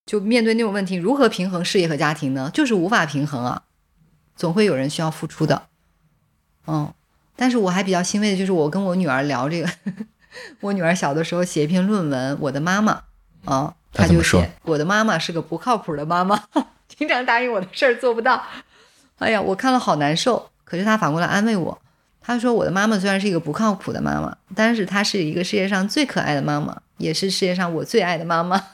就面对那种问题，如何平衡事业和家庭呢？就是无法平衡啊，总会有人需要付出的。但是我还比较欣慰的就是我跟我女儿聊这个我女儿小的时候写一篇论文，我的妈妈她就写我的妈妈是个不靠谱的妈妈经常答应我的事儿做不到。哎呀，我看了好难受。可是她反过来安慰我，她说我的妈妈虽然是一个不靠谱的妈妈，但是她是一个世界上最可爱的妈妈，也是世界上我最爱的妈妈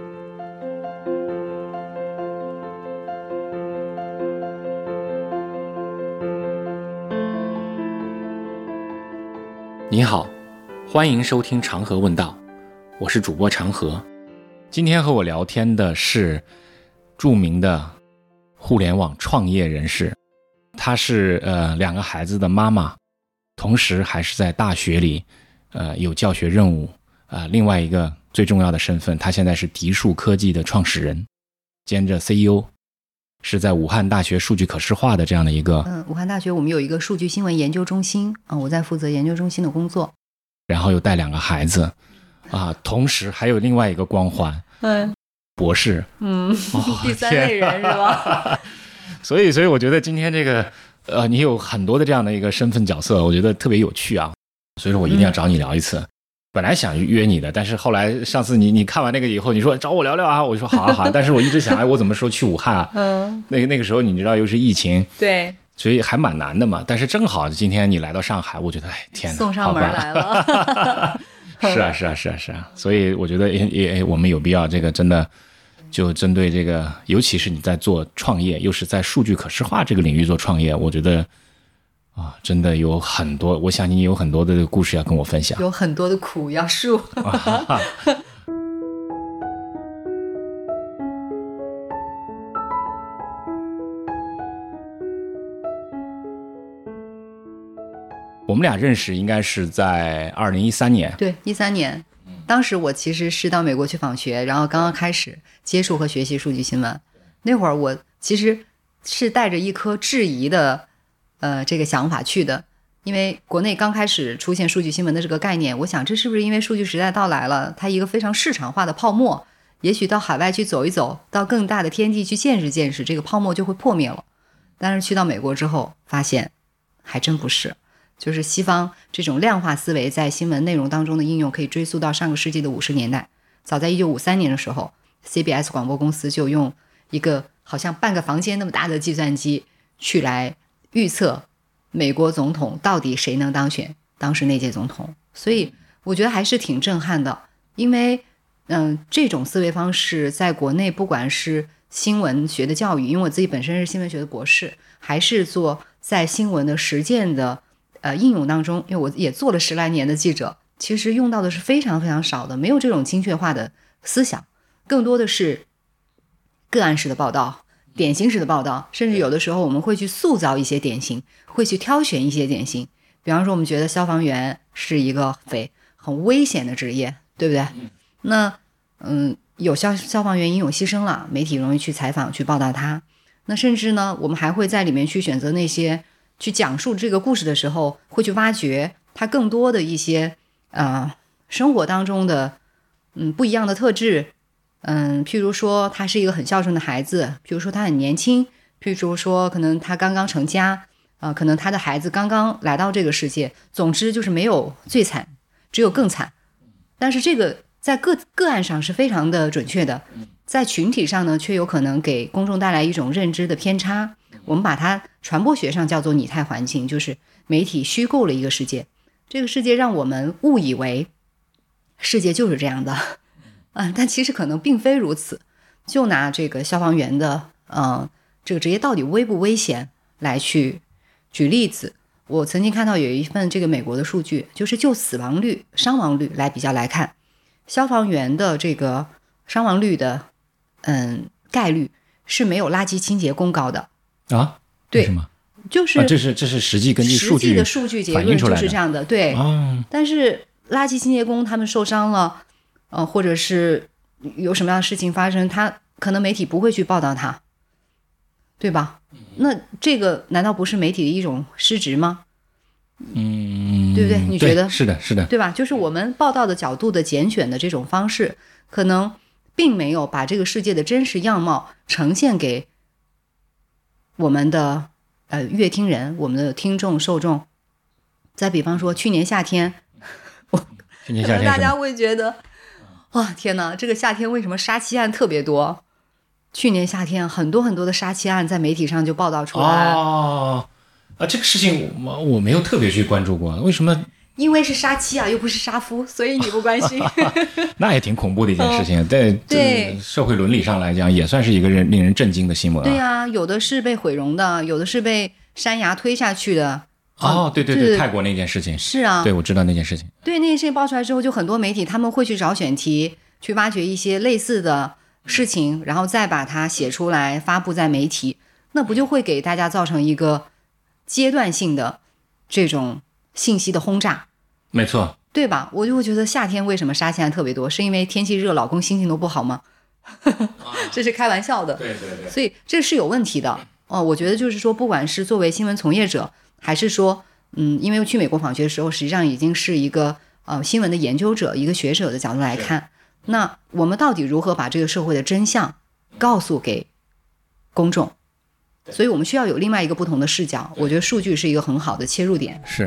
你好，欢迎收听长河问道，我是主播长河。今天和我聊天的是著名的互联网创业人士，她是2个孩子的妈妈，同时还是在大学里有教学任务。另外一个最重要的身份，她现在是迪数科技的创始人兼着 CEO， 是在武汉大学数据可视化的这样的一个武汉大学我们有一个数据新闻研究中心我在负责研究中心的工作， 然后又带2个孩子同时还有另外一个光环博士第三类人是吧所以我觉得今天这个你有很多的这样的一个身份角色，我觉得特别有趣啊，所以说我一定要找你聊一次。本来想约你的，但是后来上次你看完那个以后，你说找我聊聊啊，我就说好啊好啊但是我一直想我怎么说去武汉那个时候你知道又是疫情， 对， 所以还蛮难的嘛。但是正好今天你来到上海，我觉得天哪， 送上门来了是啊，所以我觉得也我们有必要这个真的就针对这个，尤其是你在做创业，又是在数据可视化这个领域做创业，我觉得真的有很多，我相信你有很多的故事要跟我分享， 有很多的苦要受我们俩认识应该是在2013年， 对，13年。当时我其实是到美国去访学，然后刚刚开始接触和学习数据新闻。那会儿我其实是带着一颗质疑的这个想法去的，因为国内刚开始出现数据新闻的这个概念，我想这是不是因为数据时代到来了，它一个非常市场化的泡沫，也许到海外去走一走，到更大的天地去见识见识，这个泡沫就会破灭了。但是去到美国之后发现还真不是，就是西方这种量化思维在新闻内容当中的应用可以追溯到上个世纪的50年代。早在1953年的时候， CBS 广播公司就用一个好像半个房间那么大的计算机去来预测美国总统到底谁能当选当时那届总统。所以我觉得还是挺震撼的，因为这种思维方式在国内不管是新闻学的教育，因为我自己本身是新闻学的博士，还是做在新闻的实践的应用当中，因为我也做了10来年的记者，其实用到的是非常非常少的，没有这种精确化的思想，更多的是个案式的报道，典型式的报道，甚至有的时候我们会去塑造一些典型，会去挑选一些典型。比方说我们觉得消防员是一个很危险的职业，对不对？那有消防员英勇牺牲了，媒体容易去采访去报道他。那甚至呢我们还会在里面去选择那些去讲述这个故事的时候，会去挖掘他更多的一些生活当中的不一样的特质。譬如说他是一个很孝顺的孩子，譬如说他很年轻，譬如说可能他刚刚成家可能他的孩子刚刚来到这个世界，总之就是没有最惨，只有更惨。但是这个在个案上是非常的准确的，在群体上呢却有可能给公众带来一种认知的偏差。我们把它传播学上叫做拟态环境，就是媒体虚构了一个世界，这个世界让我们误以为世界就是这样的但其实可能并非如此。就拿这个消防员的这个职业到底危不危险来去举例子，我曾经看到有一份这个美国的数据，就是就死亡率伤亡率来比较来看，消防员的这个伤亡率的概率是没有垃圾清洁工高的对， 为什么？ 就是这是实际根据数据的数据结论就是这样的，对但是垃圾清洁工他们受伤了或者是有什么样的事情发生，他可能媒体不会去报道他，对吧？那这个难道不是媒体的一种失职吗？对不对？你觉得？ 是的， 对吧？就是我们报道的角度的拣选的这种方式，可能并没有把这个世界的真实样貌呈现给我们的乐听人，我们的听众受众。再比方说去年夏天， 去年夏天大家会觉得哇天哪，这个夏天为什么杀妻案特别多？去年夏天很多很多的杀妻案在媒体上就报道出来。 这个事情我没有特别去关注过，为什么？ 因为是杀妻啊，又不是杀夫，所以你不关心。 那也挺恐怖的一件事情，对社会伦理上来讲，也算是一个令人震惊的新闻。 对啊，有的是被毁容的，有的是被山崖推下去的。 对，泰国那件事情是啊， 对，我知道那件事情。 对，那件事情爆出来之后，就很多媒体他们会去找选题，去挖掘一些类似的事情，然后再把它写出来发布在媒体，那不就会给大家造成一个阶段性的这种信息的轰炸？ 没错， 对吧？我就会觉得夏天为什么杀妻案特别多，是因为天气热，老公心情都不好吗？这是开玩笑的。 对， 所以这是有问题的。我觉得就是说，不管是作为新闻从业者，还是说因为去美国访学的时候，实际上已经是一个新闻的研究者，一个学者的角度来看，那我们到底如何把这个社会的真相告诉给公众？所以我们需要有另外一个不同的视角。我觉得数据是一个很好的切入点。 是。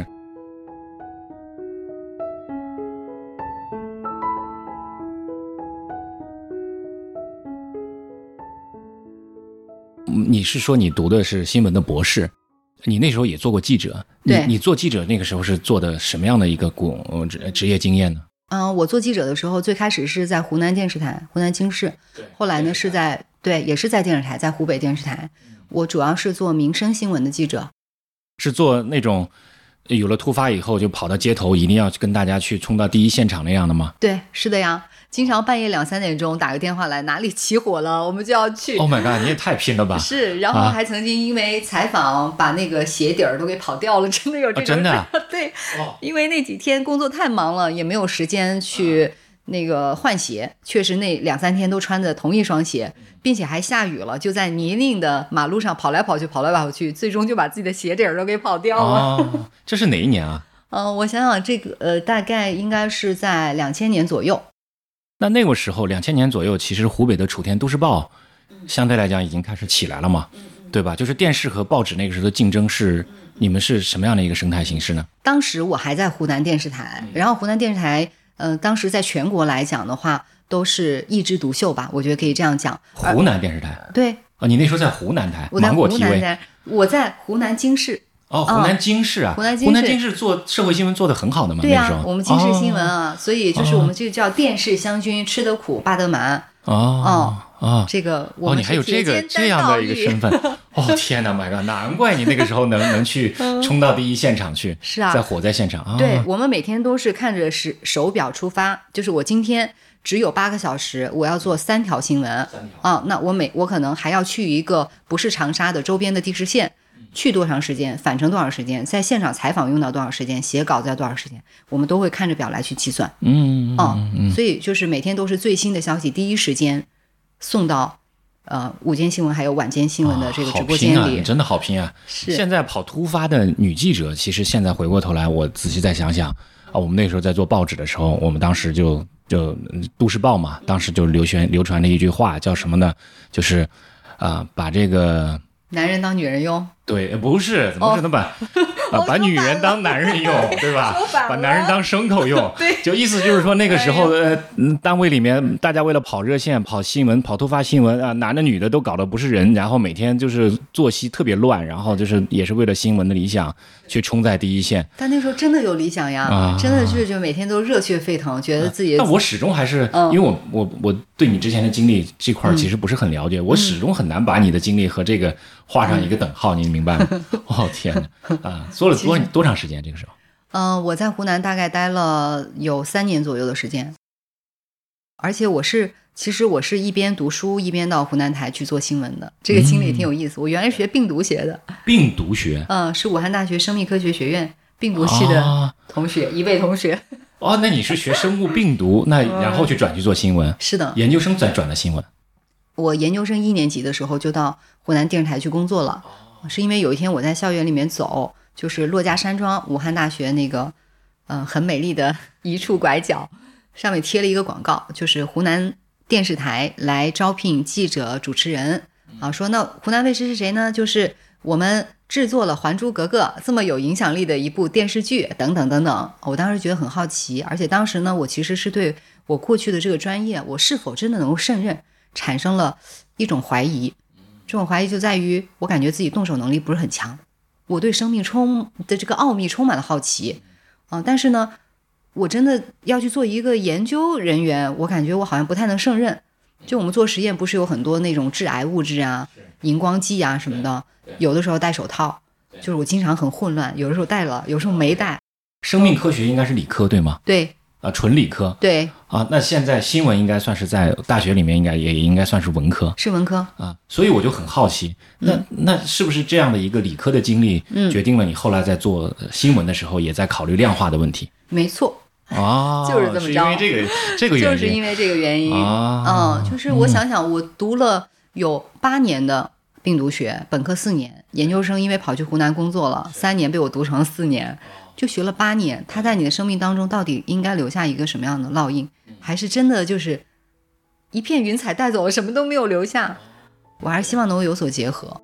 你是说你读的是新闻的博士，你那时候也做过记者，你做记者那个时候是做的什么样的一个职业经验呢？ 我做记者的时候，最开始是在湖南电视台，湖南经视，后来呢是在也是在电视台，在湖北电视台。我主要是做民生新闻的记者， 是做那种有了突发以后就跑到街头，一定要跟大家去冲到第一现场那样的吗？ 对，是的呀。经常半夜2、3点钟打个电话来，哪里起火了，我们就要去。 Oh my god， 你也太拼了吧！ 是，然后还曾经因为采访把那个鞋底儿都给跑掉了，真的有这个。 真的？ 对，因为那几天工作太忙了，也没有时间去那个换鞋。确实那2、3天都穿着同一双鞋，并且还下雨了，就在泥泞的马路上跑来跑去，最终就把自己的鞋底儿都给跑掉了。 这是哪一年啊？ 我想想，这个大概应该是在2000年左右。 那个时候2000年左右，其实湖北的《楚天都市报》相对来讲已经开始起来了嘛，对吧？就是电视和报纸那个时候的竞争你们是什么样的一个生态形式呢？ 当时我还在湖南电视台，然后湖南电视台当时在全国来讲的话都是一枝独秀吧，我觉得可以这样讲。 湖南电视台？ 对你那时候在湖南台， 我在湖南台，我在湖南经视。 湖南经视啊， 湖南经视做社会新闻做得很好的嘛。 对呀， 那个时候我们经视新闻啊，所以就是我们就叫电视湘军，吃得苦霸得满。这个我们你还有这样的一个身份。天哪 ，My God， 难怪你那个时候能去冲到第一现场去。 是啊， 在火灾现场。 对，我们每天都是看着手表出发，就是我今天只有8个小时，我要做3条新闻那我可能还要去一个不是长沙的周边的地市县。去多长时间，返程多少时间，在现场采访用到多少时间，写稿子要多少时间，我们都会看着表来去计算。所以就是每天都是最新的消息第一时间送到午间新闻还有晚间新闻的这个直播间里。 真的好拼啊！ 是现在跑突发的女记者，其实现在回过头来，我仔细再想想我们那时候在做报纸的时候，我们当时就都市报嘛，当时就流传了一句话，叫什么呢？就是把这个男人当女人用。 对，不是，怎么可能把女人当男人用，对吧？把男人当牲口用。 对， 就意思就是说那个时候单位里面大家为了跑热线、跑新闻、跑突发新闻男的女的都搞得不是人，然后每天就是作息特别乱，然后就是也是为了新闻的理想去冲在第一线。 但那时候真的有理想呀，真的就每天都热血沸腾，觉得自己。 但我始终还是因为我对你之前的经历这块其实不是很了解，我始终很难把你的经历和这个画上一个等号，你明白吗？天哪做了多长时间？这个时候我在湖南大概待了有3年左右的时间，而且其实我是一边读书一边到湖南台去做新闻的，这个经历挺有意思。我原来是学病毒学的。病毒学？是武汉大学生命科学学院病毒系的同学，一位同学。 那你是学生物病毒，那然后去转去做新闻？ 是的， 研究生再转的新闻。 我研究生1年级的时候就到湖南电视台去工作了。是因为有一天我在校园里面走，就是珞珈山庄武汉大学那个很美丽的一处拐角，上面贴了一个广告，就是湖南电视台来招聘记者、主持人啊，说那湖南卫视是谁呢？就是我们制作了《还珠格格》这么有影响力的一部电视剧，等等等等。我当时觉得很好奇，而且当时呢，我其实是对我过去的这个专业，我是否真的能够胜任，产生了一种怀疑。这种怀疑就在于，我感觉自己动手能力不是很强，我对生命的这个奥秘充满了好奇，但是呢，我真的要去做一个研究人员，我感觉我好像不太能胜任。就我们做实验，不是有很多那种致癌物质啊、荧光剂啊什么的，有的时候戴手套，就是我经常很混乱，有的时候戴了，有时候没戴。 生命科学应该是理科对吗？ 对。 纯理科。 对啊，那现在新闻应该算是在大学里面也应该算是文科， 是文科啊，所以我就很好奇，那是不是这样的一个理科的经历，决定了你后来在做新闻的时候，也在考虑量化的问题？ 没错。 就是这么着，是因为这个原因， 就是因为这个原因就是我想想，我读了有8年的病毒学，本科4年，研究生因为跑去湖南工作了，3年被我读成4年。就学了8年，他在你的生命当中到底应该留下一个什么样的烙印，还是真的就是一片云彩带走了，什么都没有留下？我还是希望能够有所结合。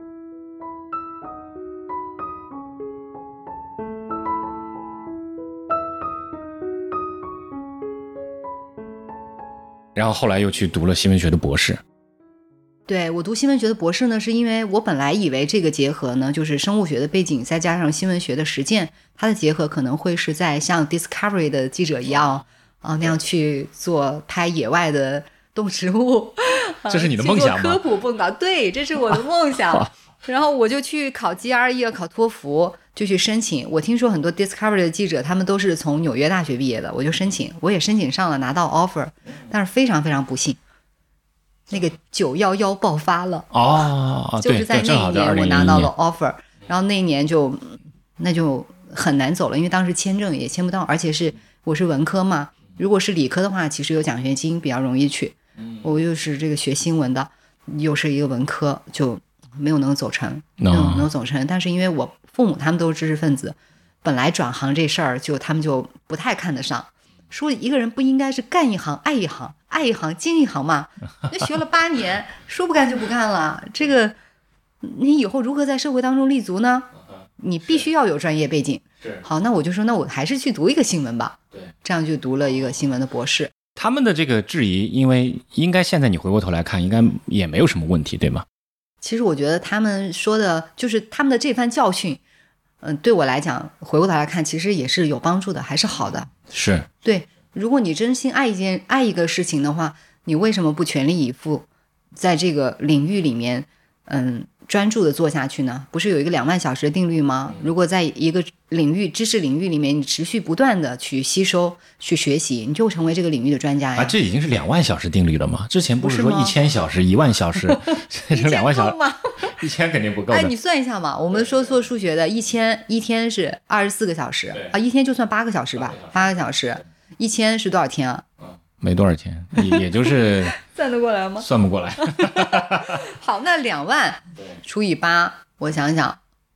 然后后来又去读了新闻学的博士。 对，我读新闻学的博士呢，是因为我本来以为这个结合呢，就是生物学的背景再加上新闻学的实践，它的结合可能会是在像 Discovery 的记者一样那样去拍野外的动植物。 这是你的梦想吗？ 科普报道，对，这是我的梦想。然后我就去考 GRE 考托福，就去申请。我听说很多 Discovery 的记者他们都是从纽约大学毕业的，我就申请，我也申请上了，拿到 offer， 但是非常非常不幸，那个911爆发了就是在那一年我拿到了 offer， 然后那一年就很难走了，因为当时签证也签不到，而且我是文科嘛，如果是理科的话，其实有奖学金比较容易去，我又是这个学新闻的，又是一个文科，就没有能走成，但是因为我父母他们都是知识分子，本来转行这事儿他们就不太看得上，说一个人不应该是干一行爱一行，爱一行精一行嘛？那学了8年，说不干就不干了。这个你以后如何在社会当中立足呢？你必须要有专业背景。好，那我就说，那我还是去读一个新闻吧。这样就读了一个新闻的博士。 他们的这个质疑，因为应该现在你回过头来看，应该也没有什么问题，对吗？ 其实我觉得他们说的就是他们的这番教训，对我来讲，回过头来看，其实也是有帮助的，还是好的。 是对。如果你真心爱一个事情的话，你为什么不全力以赴，在这个领域里面，专注的做下去呢？不是有一个2万小时的定律吗？如果在一个知识领域里面，你持续不断的去吸收、去学习，你就成为这个领域的专家呀。 这已经是2万小时定律了吗？之前不是说1000小时、1万小时，这成2万小时吗？1000肯定不够的。 你算一下嘛，我们说做数学的，一天是24个小时一天就算8个小时吧，8个小时，1000是多少天啊？ 没多少钱，也就是算得过来吗？ 算不过来。 好，那2万除以8，我想想，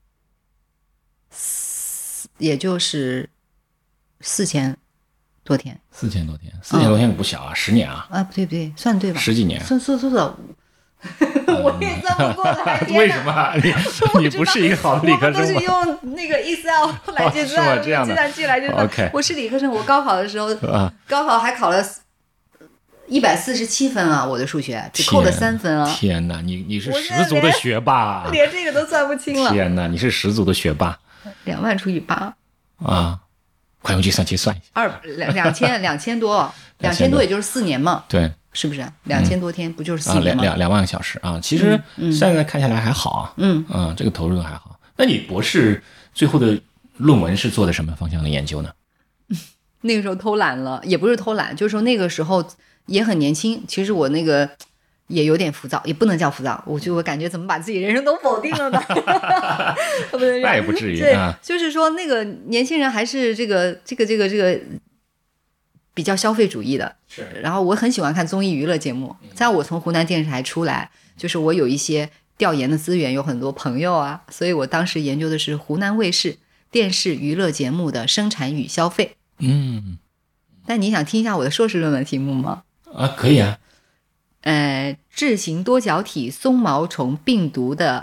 也就是4000多天。 4000多天，4000多天可不小啊，10年啊。 不对，算对吧 ？10几年。 算，我也算不过来。 为什么？你不是一个好的理科生吗？ 我们都是用那个 Excel 来计算，计算器来计算。 OK， 我是理科生，我高考的时候，高考还考了147分啊！我的数学只扣了3分啊！ 天哪，你是十足的学霸， 连这个都算不清了。 天哪，你是十足的学霸。 2万除以8 快用计算器算一下。 2000多，2000多也就是4年嘛。 对， 是不是？2000多天不就是4年吗 ？2万个小时啊！其实现在看下来还好啊。这个投入还好。那你博士最后的论文是做的什么方向的研究呢？ 那个时候偷懒了，也不是偷懒，就是说那个时候也很年轻。其实我那个也有点浮躁，也不能叫浮躁，我感觉怎么把自己人生都否定了呢？ 那也不至于。 对，就是说那个年轻人还是这个比较消费主义的。然后我很喜欢看综艺娱乐节目。在我从湖南电视台出来，就是我有一些调研的资源，有很多朋友啊，所以我当时研究的是湖南卫视电视娱乐节目的生产与消费。但你想听一下我的硕士论文题目吗？ 可以啊。 智型多角体松毛虫病毒的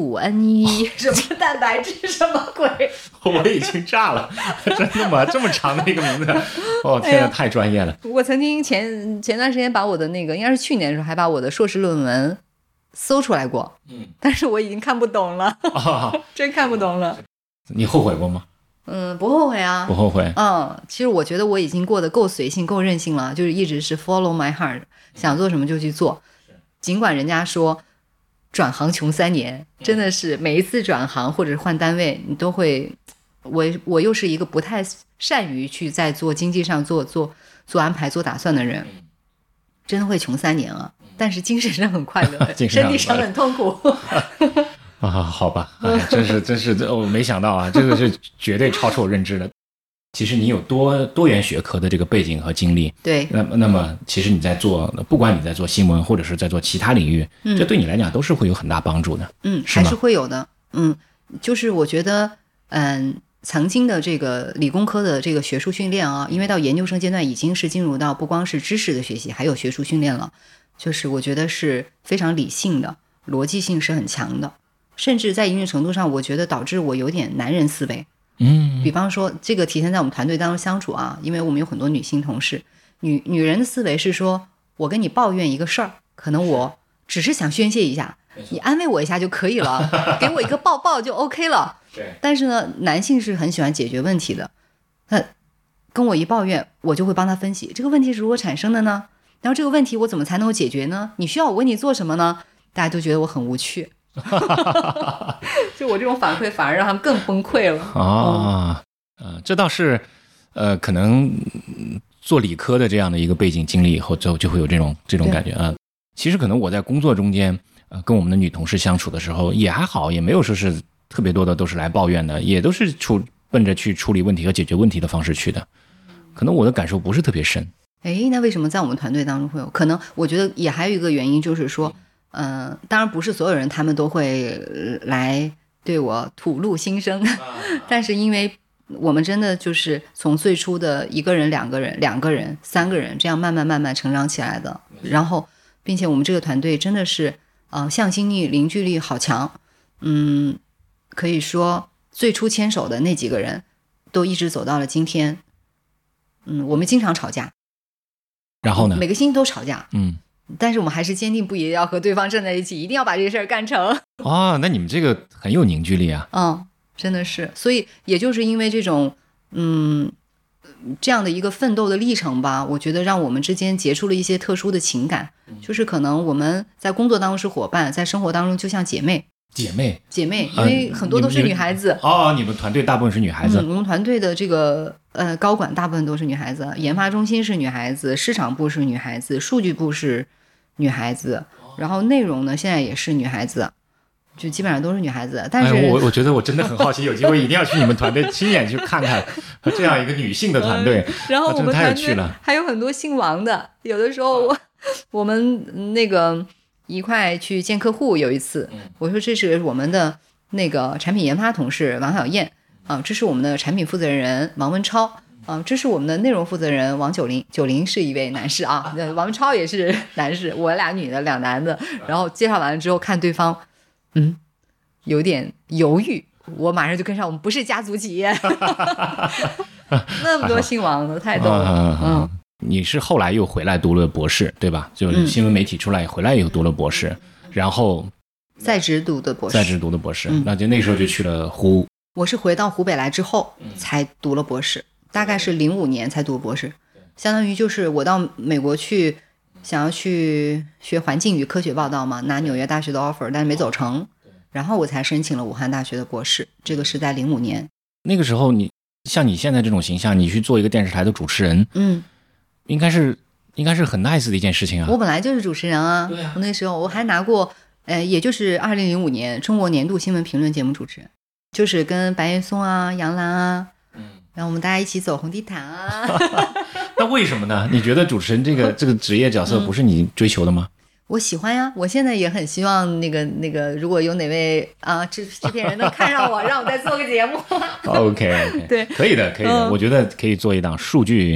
H5N1 什么蛋白质什么鬼？ 我已经炸了，真的吗？这么长的一个名字，哦天哪，太专业了。 我曾经前段时间把我的那个，应该是去年的时候，还把我的硕士论文搜出来过，但是我已经看不懂了，真看不懂了。 你后悔过吗？ 不后悔啊， 不后悔。 其实我觉得我已经过得够随性、够任性了，就是一直是 follow my heart， 想做什么就去做。尽管人家说转行穷3年，真的是每一次转行或者是换单位，你都会，我又是一个不太善于去在做经济上做安排、做打算的人，真的会穷3年啊。但是精神上很快乐，身体上很痛苦。 好吧，真是，我没想到啊，这个是绝对超出我认知的。其实你有多元学科的这个背景和经历， 对， 那么其实你在做，不管你在做新闻或者是在做其他领域，这对你来讲都是会有很大帮助的。 还是会有的。就是我觉得，曾经的这个理工科的这个学术训练啊，因为到研究生阶段已经是进入到不光是知识的学习，还有学术训练了，就是我觉得是非常理性的，逻辑性是很强的，甚至在一定程度上，我觉得导致我有点男人思维。比方说这个体现在我们团队当中相处啊，因为我们有很多女性同事，女人的思维是说，我跟你抱怨一个事儿，可能我只是想宣泄一下，你安慰我一下就可以了，给我一个抱抱就 OK 了。但是呢，男性是很喜欢解决问题的，他跟我一抱怨，我就会帮他分析这个问题是如何产生的呢？然后这个问题我怎么才能够解决呢？你需要我为你做什么呢？大家都觉得我很无趣。就我这种反馈反而让他们更崩溃了。 这倒是可能做理科的这样的一个背景经历以后就会有这种感觉啊。其实可能我在工作中间跟我们的女同事相处的时候也还好，也没有说是特别多的都是来抱怨的，也都是奔着去处理问题和解决问题的方式去的。可能我的感受不是特别深。 那为什么在我们团队当中会有？可能我觉得也还有一个原因，就是说当然不是所有人他们都会来对我吐露心声，但是因为我们真的就是从最初的1个人、2个人、2个人、3个人这样慢慢成长起来的，然后并且我们这个团队真的是向心力、凝聚力好强。可以说最初牵手的那几个人都一直走到了今天。我们经常吵架， 然后呢， 每个星期都吵架。但是我们还是坚定不移要和对方站在一起，一定要把这个事儿干成。 那你们这个很有凝聚力啊。 真的是，所以也就是因为这种这样的一个奋斗的历程吧，我觉得让我们之间结出了一些特殊的情感，就是可能我们在工作当中是伙伴，在生活当中就像姐妹，因为很多都是女孩子。 你们团队大部分是女孩子。 我们团队的这个高管大部分都是女孩子，研发中心是女孩子，市场部是女孩子，数据部是女孩子，然后内容呢现在也是女孩子，就基本上都是女孩子。但是我觉得我真的很好奇，有机会一定要去你们团队亲眼去看看这样一个女性的团队。 然后我们团队还有很多姓王的，有的时候我们那个一块去见客户，有一次我说这是我们的那个产品研发同事王小燕这是我们的产品负责人王文超这是我们的内容负责人王90是一位男士啊，王文超也是男士，我俩女的2男的。然后介绍完了之后看对方有点犹豫，我马上就跟上，我们不是家族企业。那么多姓王的，太逗了。 你是后来又回来读了博士对吧？就是新闻媒体出来回来又读了博士，然后在职读的博士。 那就那时候就去了湖。 我是回到湖北来之后才读了博士，大概是05年才读博士，相当于就是我到美国去想要去学环境与科学报道嘛，拿纽约大学的 offer， 但是没走成，然后我才申请了武汉大学的博士，这个是在05年。 那个时候像你现在这种形象，你去做一个电视台的主持人，应该是很 nice 的一件事情啊。 我本来就是主持人啊。 对啊， 我那时候我还拿过也就是2005年中国年度新闻评论节目主持人，就是跟白岩松啊、杨澜啊，然后我们大家一起走红地毯啊。 那为什么呢？你觉得主持人这个职业角色不是你追求的吗？ 我喜欢呀，我现在也很希望那个，如果有哪位制片人能看上我，让我再做个节目。 OK， 对， 可以的，我觉得可以做一档数据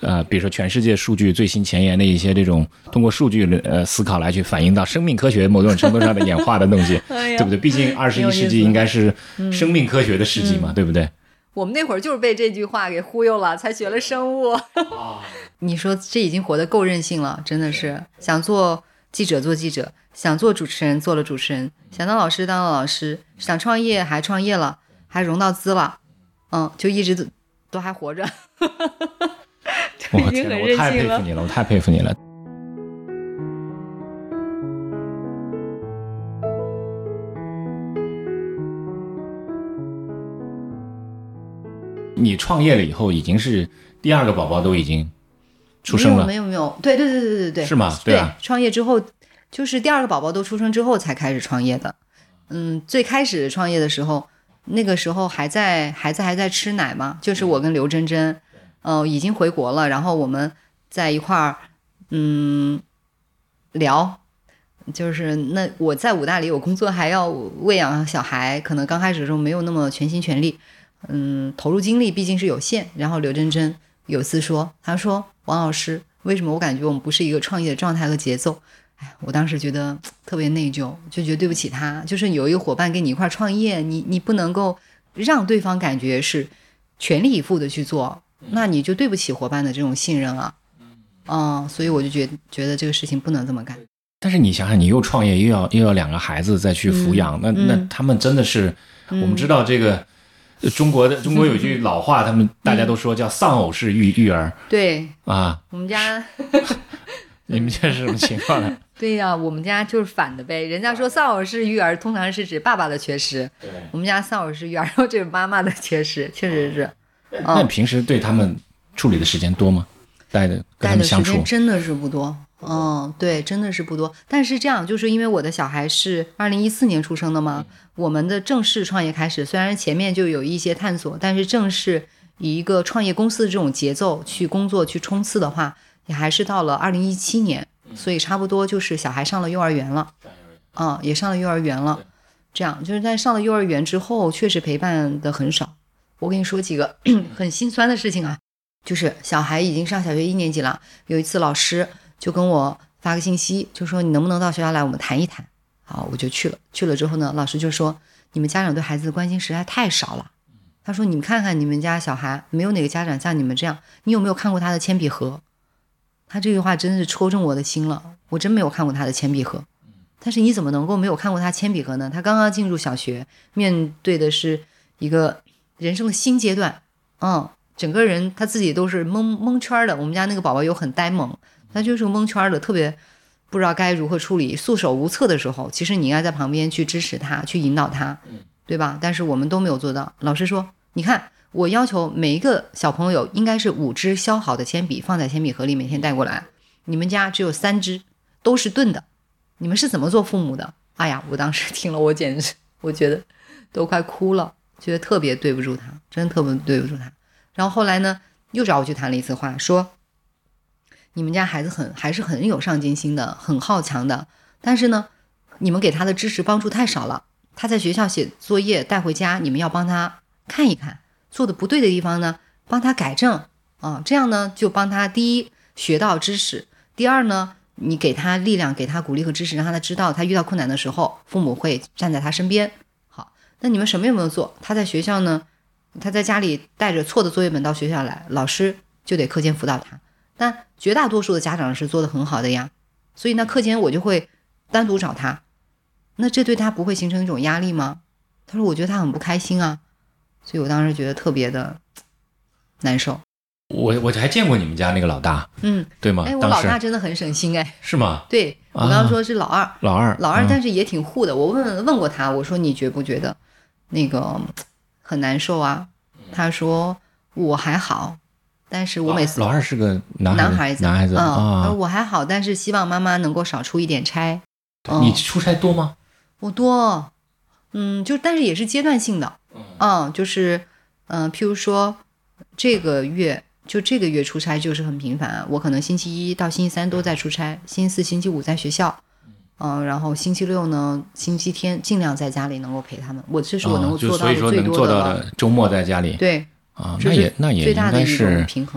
比如说全世界数据最新前沿的一些这种通过数据思考来去反映到生命科学某种程度上的演化的东西，对不对？毕竟21世纪应该是生命科学的世纪嘛，对不对？ 我们那会儿就是被这句话给忽悠了，才学了生物。你说这已经活得够任性了，真的是想做记者做记者，想做主持人做了主持人，想当老师当了老师，想创业还创业了，还融到资了，就一直都还活着。 我天哪，我太佩服你了，我太佩服你了。你创业了以后，已经是第2个宝宝都已经出生了？ 没有，对， 是吗？ 对啊， 创业之后，就是第2个宝宝都出生之后才开始创业的。最开始创业的时候，那个时候孩子还在吃奶嘛，就是我跟刘真真，已经回国了，然后我们在一块儿，聊，就是那我在武大里有工作，还要喂养小孩，可能刚开始的时候没有那么全心全力，投入精力毕竟是有限。然后刘真真有次说，她说王老师，为什么我感觉我们不是一个创业的状态和节奏？我当时觉得特别内疚，就觉得对不起他，就是有一个伙伴跟你一块创业，你不能够让对方感觉是全力以赴的去做，那你就对不起伙伴的这种信任啊。所以我就觉得这个事情不能这么干。 但是你想想，你又创业又要2个孩子再去抚养，那他们真的是，我们知道这个中国有句老话，大家都说叫丧偶式育儿。 对啊， 我们家你们这是什么情况呢？ 对呀，我们家就是反的呗。人家说丧偶式育儿通常是指爸爸的缺失，我们家丧偶式育儿这是妈妈的缺失，确实是。 那你平时对他们处理的时间多吗？跟他们相处时间真的是不多。对，真的是不多。但是这样，就是因为我的小孩是2014年出生的嘛，我们的正式创业开始，虽然前面就有一些探索，但是正式以一个创业公司的这种节奏去工作去冲刺的话，也还是到了2017年，所以差不多就是小孩上了幼儿园了，也上了幼儿园了。这样就是在上了幼儿园之后，确实陪伴的很少。我跟你说几个很心酸的事情啊，就是小孩已经上小学1年级了，有一次老师就跟我发个信息，就说你能不能到学校来，我们谈一谈。好，我就去了。去了之后呢，老师就说你们家长对孩子的关心实在太少了。他说你们看看你们家小孩，没有哪个家长像你们这样。你有没有看过他的铅笔盒？他这句话真是戳中我的心了，我真没有看过他的铅笔盒。但是你怎么能够没有看过他铅笔盒呢？他刚刚进入小学，面对的是一个人生的新阶段，整个人他自己都是蒙圈的。我们家那个宝宝又很呆萌，他就是蒙圈的，特别不知道该如何处理，束手无策的时候，其实你应该在旁边去支持他，去引导他，对吧？但是我们都没有做到。老师说，你看，我要求每一个小朋友应该是5支削好的铅笔放在铅笔盒里，每天带过来。你们家只有3支，都是钝的，你们是怎么做父母的？哎呀，我当时听了，我简直我觉得都快哭了，觉得特别对不住他，真的特别对不住他。然后后来呢，又找我去谈了一次话，说你们家孩子还是很有上进心的，很好强的，但是呢，你们给他的支持帮助太少了。他在学校写作业带回家，你们要帮他看一看，做的不对的地方呢，帮他改正这样呢，就帮他第一学到知识，第二呢，你给他力量，给他鼓励和支持，让他知道他遇到困难的时候，父母会站在他身边。好，那你们什么有没有做？他在学校呢，他在家里带着错的作业本到学校来，老师就得课间辅导他。但绝大多数的家长是做得很好的呀，所以呢，课间我就会单独找他。那这对他不会形成一种压力吗？他说我觉得他很不开心啊，所以我当时觉得特别的难受。 我还见过你们家那个老大，对吗？ 我老大真的很省心是吗？ 对，我刚刚说是老二， 老二， 但是也挺护的。我问过他，我说你觉不觉得那个很难受啊？他说我还好，但是我每次老二是个男孩子我还好，但是希望妈妈能够少出一点差。 你出差多吗？ 我多，但是也是阶段性的，就是譬如说这个月出差就是很频繁，我可能星期一到星期三都在出差，星期四星期五在学校，然后星期六呢，星期天尽量在家里能够陪他们，这是我能够做到的最多的了。 所以说能做到的周末在家里， 对那也最大的一应该是种平衡了。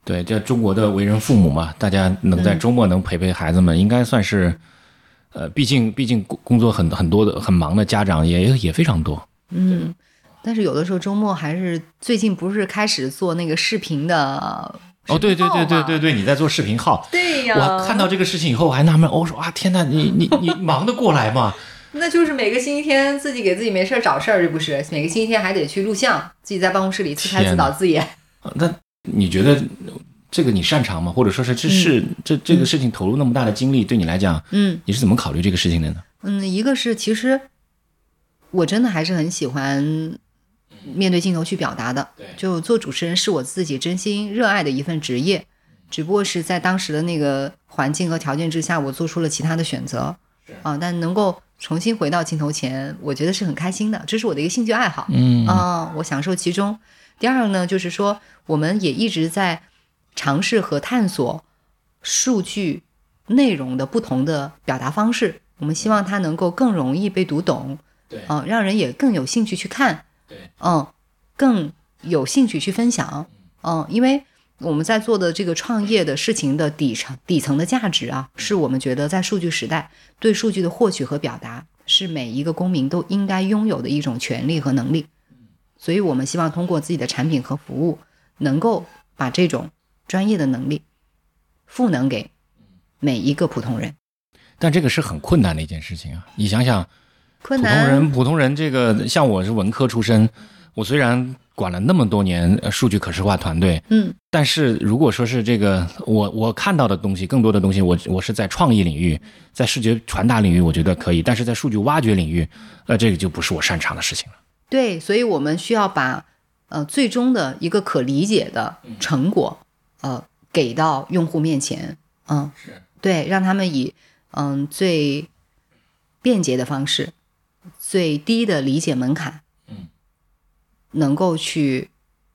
对，这中国的为人父母嘛，大家能在周末能陪陪孩子们，应该算是，毕竟工作很多的很忙的家长也非常多。 但是有的时候周末还是最近不是开始做那个视频的。 哦，对，你在做视频号。 对呀， 我看到这个事情以后，我还纳闷，我说啊，天哪，你忙得过来吗？ 那就是每个星期天自己给自己没事找事儿，这不是每个星期天还得去录像，自己在办公室里自拍自导自演。 那你觉得这个你擅长吗？或者说是这个事情投入那么大的精力，对你来讲，你是怎么考虑这个事情的呢？ 一个是其实我真的还是很喜欢面对镜头去表达的，就做主持人是我自己真心热爱的一份职业，只不过是在当时的那个环境和条件之下，我做出了其他的选择但能够重新回到镜头前，我觉得是很开心的，这是我的一个兴趣爱好，我享受其中。第二个呢，就是说我们也一直在尝试和探索数据内容的不同的表达方式，我们希望它能够更容易被读懂，让人也更有兴趣去看，更有兴趣去分享，因为我们在做的这个创业的事情的底层的价值是我们觉得在数据时代，对数据的获取和表达是每一个公民都应该拥有的一种权利和能力，所以我们希望通过自己的产品和服务，能够把这种专业的能力赋能给每一个普通人。 但这个是很困难的一件事情啊！你想想， 困难， 普通人这个，像我是文科出身，我虽然管了那么多年数据可视化团队，但是如果说是这个我看到的东西，更多的东西我是在创意领域，在视觉传达领域，我觉得可以，但是在数据挖掘领域，这个就不是我擅长的事情了。 对，所以我们需要把最终的一个可理解的成果给到用户面前，对，让他们以最便捷的方式，最低的理解门槛，能够去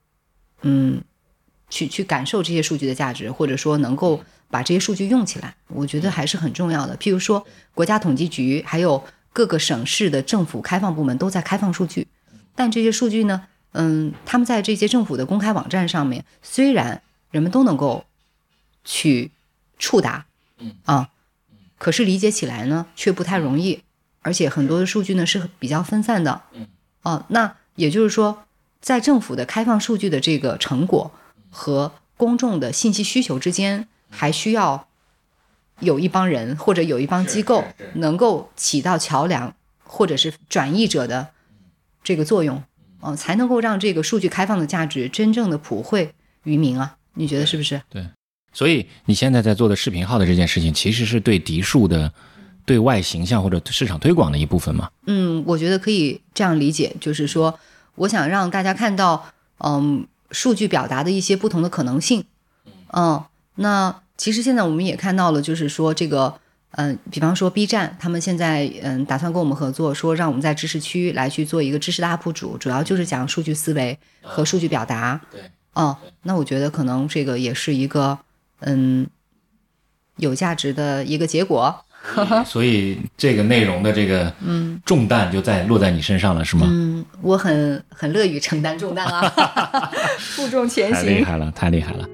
感受这些数据的价值，或者说能够把这些数据用起来，我觉得还是很重要的。譬如说国家统计局还有各个省市的政府开放部门都在开放数据，但这些数据呢他们在这些政府的公开网站上面，虽然人们都能够去触达可是理解起来呢却不太容易，而且很多的数据呢是比较分散的那也就是说，在政府的开放数据的这个成果和公众的信息需求之间，还需要有一帮人或者有一帮机构能够起到桥梁或者是转译者的这个作用才能够让这个数据开放的价值真正的普惠于民你觉得是不是？ 对，所以你现在在做的视频号的这件事情，其实是对迪数的对外形象或者市场推广的一部分吗？ 我觉得可以这样理解，就是说我想让大家看到数据表达的一些不同的可能性那其实现在我们也看到了，就是说这个比方说 B 站他们现在打算跟我们合作，说让我们在知识区来去做一个知识的 UP 主，主要就是讲数据思维和数据表达那我觉得可能这个也是一个有价值的一个结果所以这个内容的这个重担就落在你身上了，是吗？ 我很乐于承担重担负重前行。 太厉害了。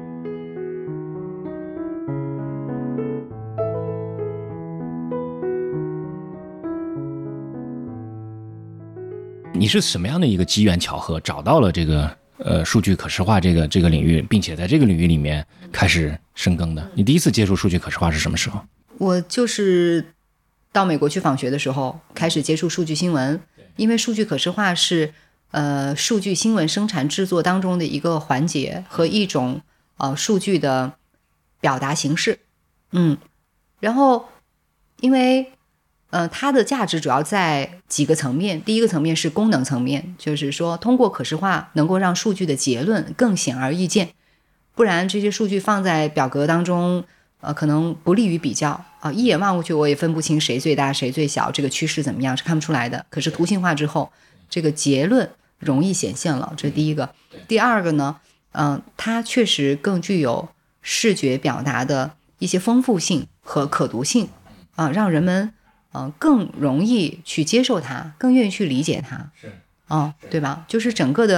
你是什么样的一个机缘巧合找到了这个数据可视化这个领域，并且在这个领域里面开始深耕的？你第一次接触数据可视化是什么时候？ 我就是到美国去访学的时候开始接触数据新闻，因为数据可视化是数据新闻生产制作当中的一个环节和一种数据的表达形式然后因为它的价值主要在几个层面。第一个层面是功能层面，就是说通过可视化能够让数据的结论更显而易见，不然这些数据放在表格当中可能不利于比较一眼望过去我也分不清谁最大谁最小，这个趋势怎么样是看不出来的。可是图形化之后，这个结论容易显现了，这是第一个。第二个呢它确实更具有视觉表达的一些丰富性和可读性让人们更容易去接受它，更愿意去理解它，对吧？就是整个的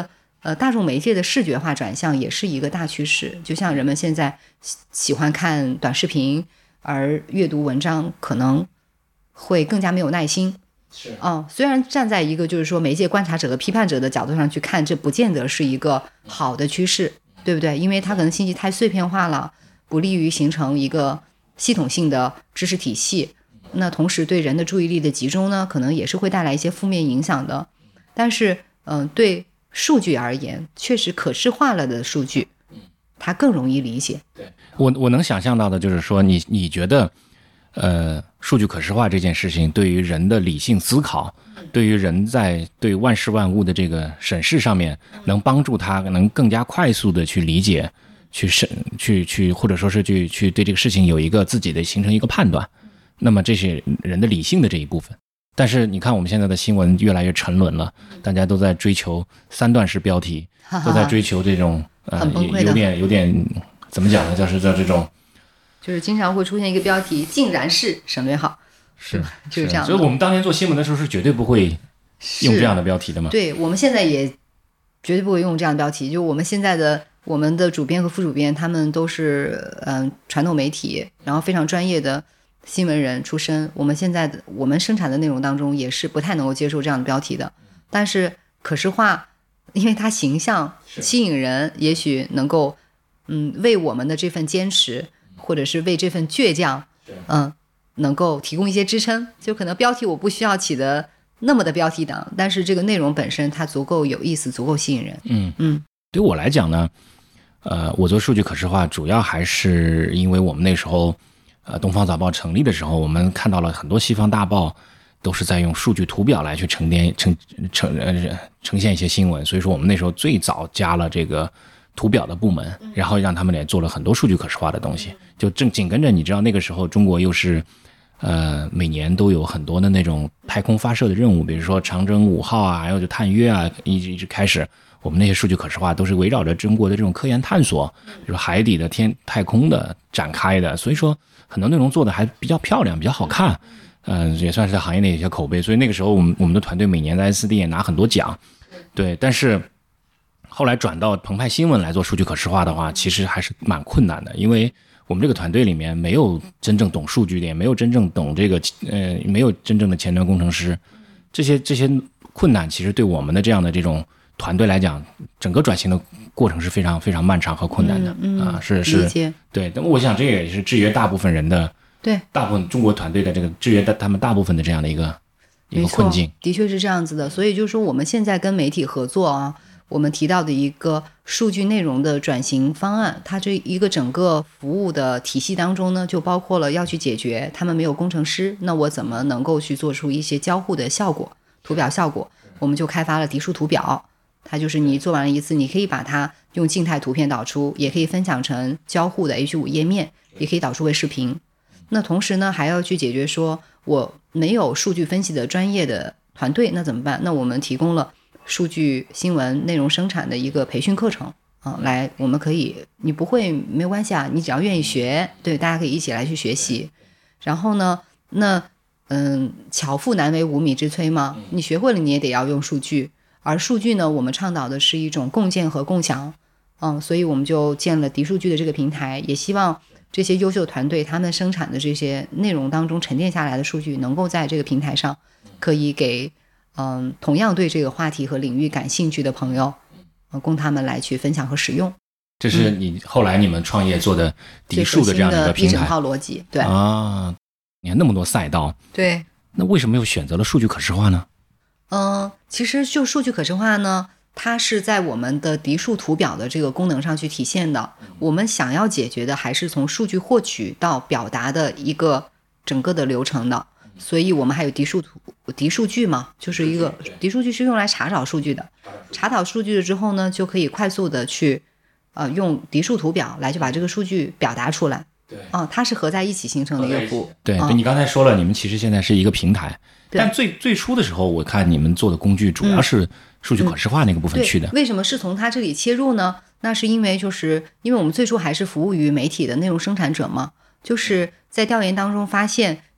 大众媒介的视觉化转向也是一个大趋势。就像人们现在喜欢看短视频，而阅读文章可能会更加没有耐心。 是虽然站在一个就是说媒介观察者和批判者的角度上去看，这不见得是一个好的趋势，对不对？因为它可能信息太碎片化了，不利于形成一个系统性的知识体系。那同时对人的注意力的集中呢，可能也是会带来一些负面影响的。但是对数据而言，确实可视化了的数据它更容易理解。 对，我能想象到的就是说你觉得数据可视化这件事情对于人的理性思考，对于人在对万事万物的这个审视上面，能帮助他能更加快速的去理解，去或者说是去对这个事情有一个自己的形成一个判断。那么这是人的理性的这一部分。但是你看我们现在的新闻越来越沉沦了，大家都在追求3段式标题，都在追求这种有点怎么讲呢，叫这种， 就是经常会出现一个标题竟然是省略号， 是就是这样的。 所以我们当年做新闻的时候是绝对不会用这样的标题的嘛。 对，我们现在也绝对不会用这样的标题。就我们现在的我们的主编和副主编，他们都是传统媒体，然后非常专业的新闻人出身。我们现在的我们生产的内容当中也是不太能够接受这样的标题的。但是可视化，因为它形象吸引人，也许能够为我们的这份坚持，或者是为这份倔强能够提供一些支撑。就可能标题我不需要起的那么的标题党，但是这个内容本身它足够有意思，足够吸引人。 对我来讲呢，我做数据可视化主要还是因为我们那时候东方早报成立的时候，我们看到了很多西方大报都是在用数据图表来去呈现一些新闻，所以说我们那时候最早加了这个图表的部门，然后让他们也做了很多数据可视化的东西。就紧跟着你知道那个时候中国又是每年都有很多的那种太空发射的任务，比如说长征5号啊，还有就探月啊，一直开始，我们那些数据可视化都是围绕着中国的这种科研探索，比如海底的太空的展开的，所以说很多内容做的还比较漂亮，比较好看，也算是在行业内有些口碑。所以那个时候我们的团队每年在 SD 也拿很多奖，对。但是后来转到澎湃新闻来做数据可视化的话，其实还是蛮困难的，因为我们这个团队里面没有真正懂数据的，也没有真正懂这个没有真正的前端工程师，这些困难其实对我们的这种团队来讲，整个转型的过程是非常非常漫长和困难的。是对。但我想这也是制约大部分人的，对大部分中国团队的这个制约他们大部分的这样的一个困境。 的确是这样子的。所以就是说我们现在跟媒体合作啊，我们提到的一个数据内容的转型方案，它这一个整个服务的体系当中呢，就包括了要去解决他们没有工程师，那我怎么能够去做出一些交互的效果，图表效果。我们就开发了迪数图表，它就是你做完了一次，你可以把它用静态图片导出，也可以分享成交互的 H5 页面，也可以导出为视频。那同时呢，还要去解决说我没有数据分析的专业的团队，那怎么办？那我们提供了数据新闻内容生产的一个培训课程来我们可以，你不会没有关系啊，你只要愿意学，对，大家可以一起来去学习。然后呢，那巧妇难为无米之炊嘛，你学会了你也得要用数据，而数据呢，我们倡导的是一种共建和共享，所以我们就建了迪数据的这个平台，也希望这些优秀团队他们生产的这些内容当中沉淀下来的数据，能够在这个平台上可以给同样对这个话题和领域感兴趣的朋友，供他们来去分享和使用。 这是你后来你们创业做的迪数的这样一个平台， 一整套逻辑，对啊，你看那么多赛道， 对， 那为什么又选择了数据可视化呢？ 其实就数据可视化呢，它是在我们的迪数图表的这个功能上去体现的。我们想要解决的还是从数据获取到表达的一个整个的流程的，所以我们还有迪数据嘛，就是一个迪数据是用来查找数据的，查找数据了之后呢，就可以快速的去用迪数图表来就把这个数据表达出来。对，它是合在一起形成的一个服务。 对，你刚才说了，你们其实现在是一个平台，但最初的时候，我看你们做的工具主要是数据可视化那个部分去的。 为什么是从它这里切入呢？那是因为我们最初还是服务于媒体的内容生产者嘛，就是在调研当中发现，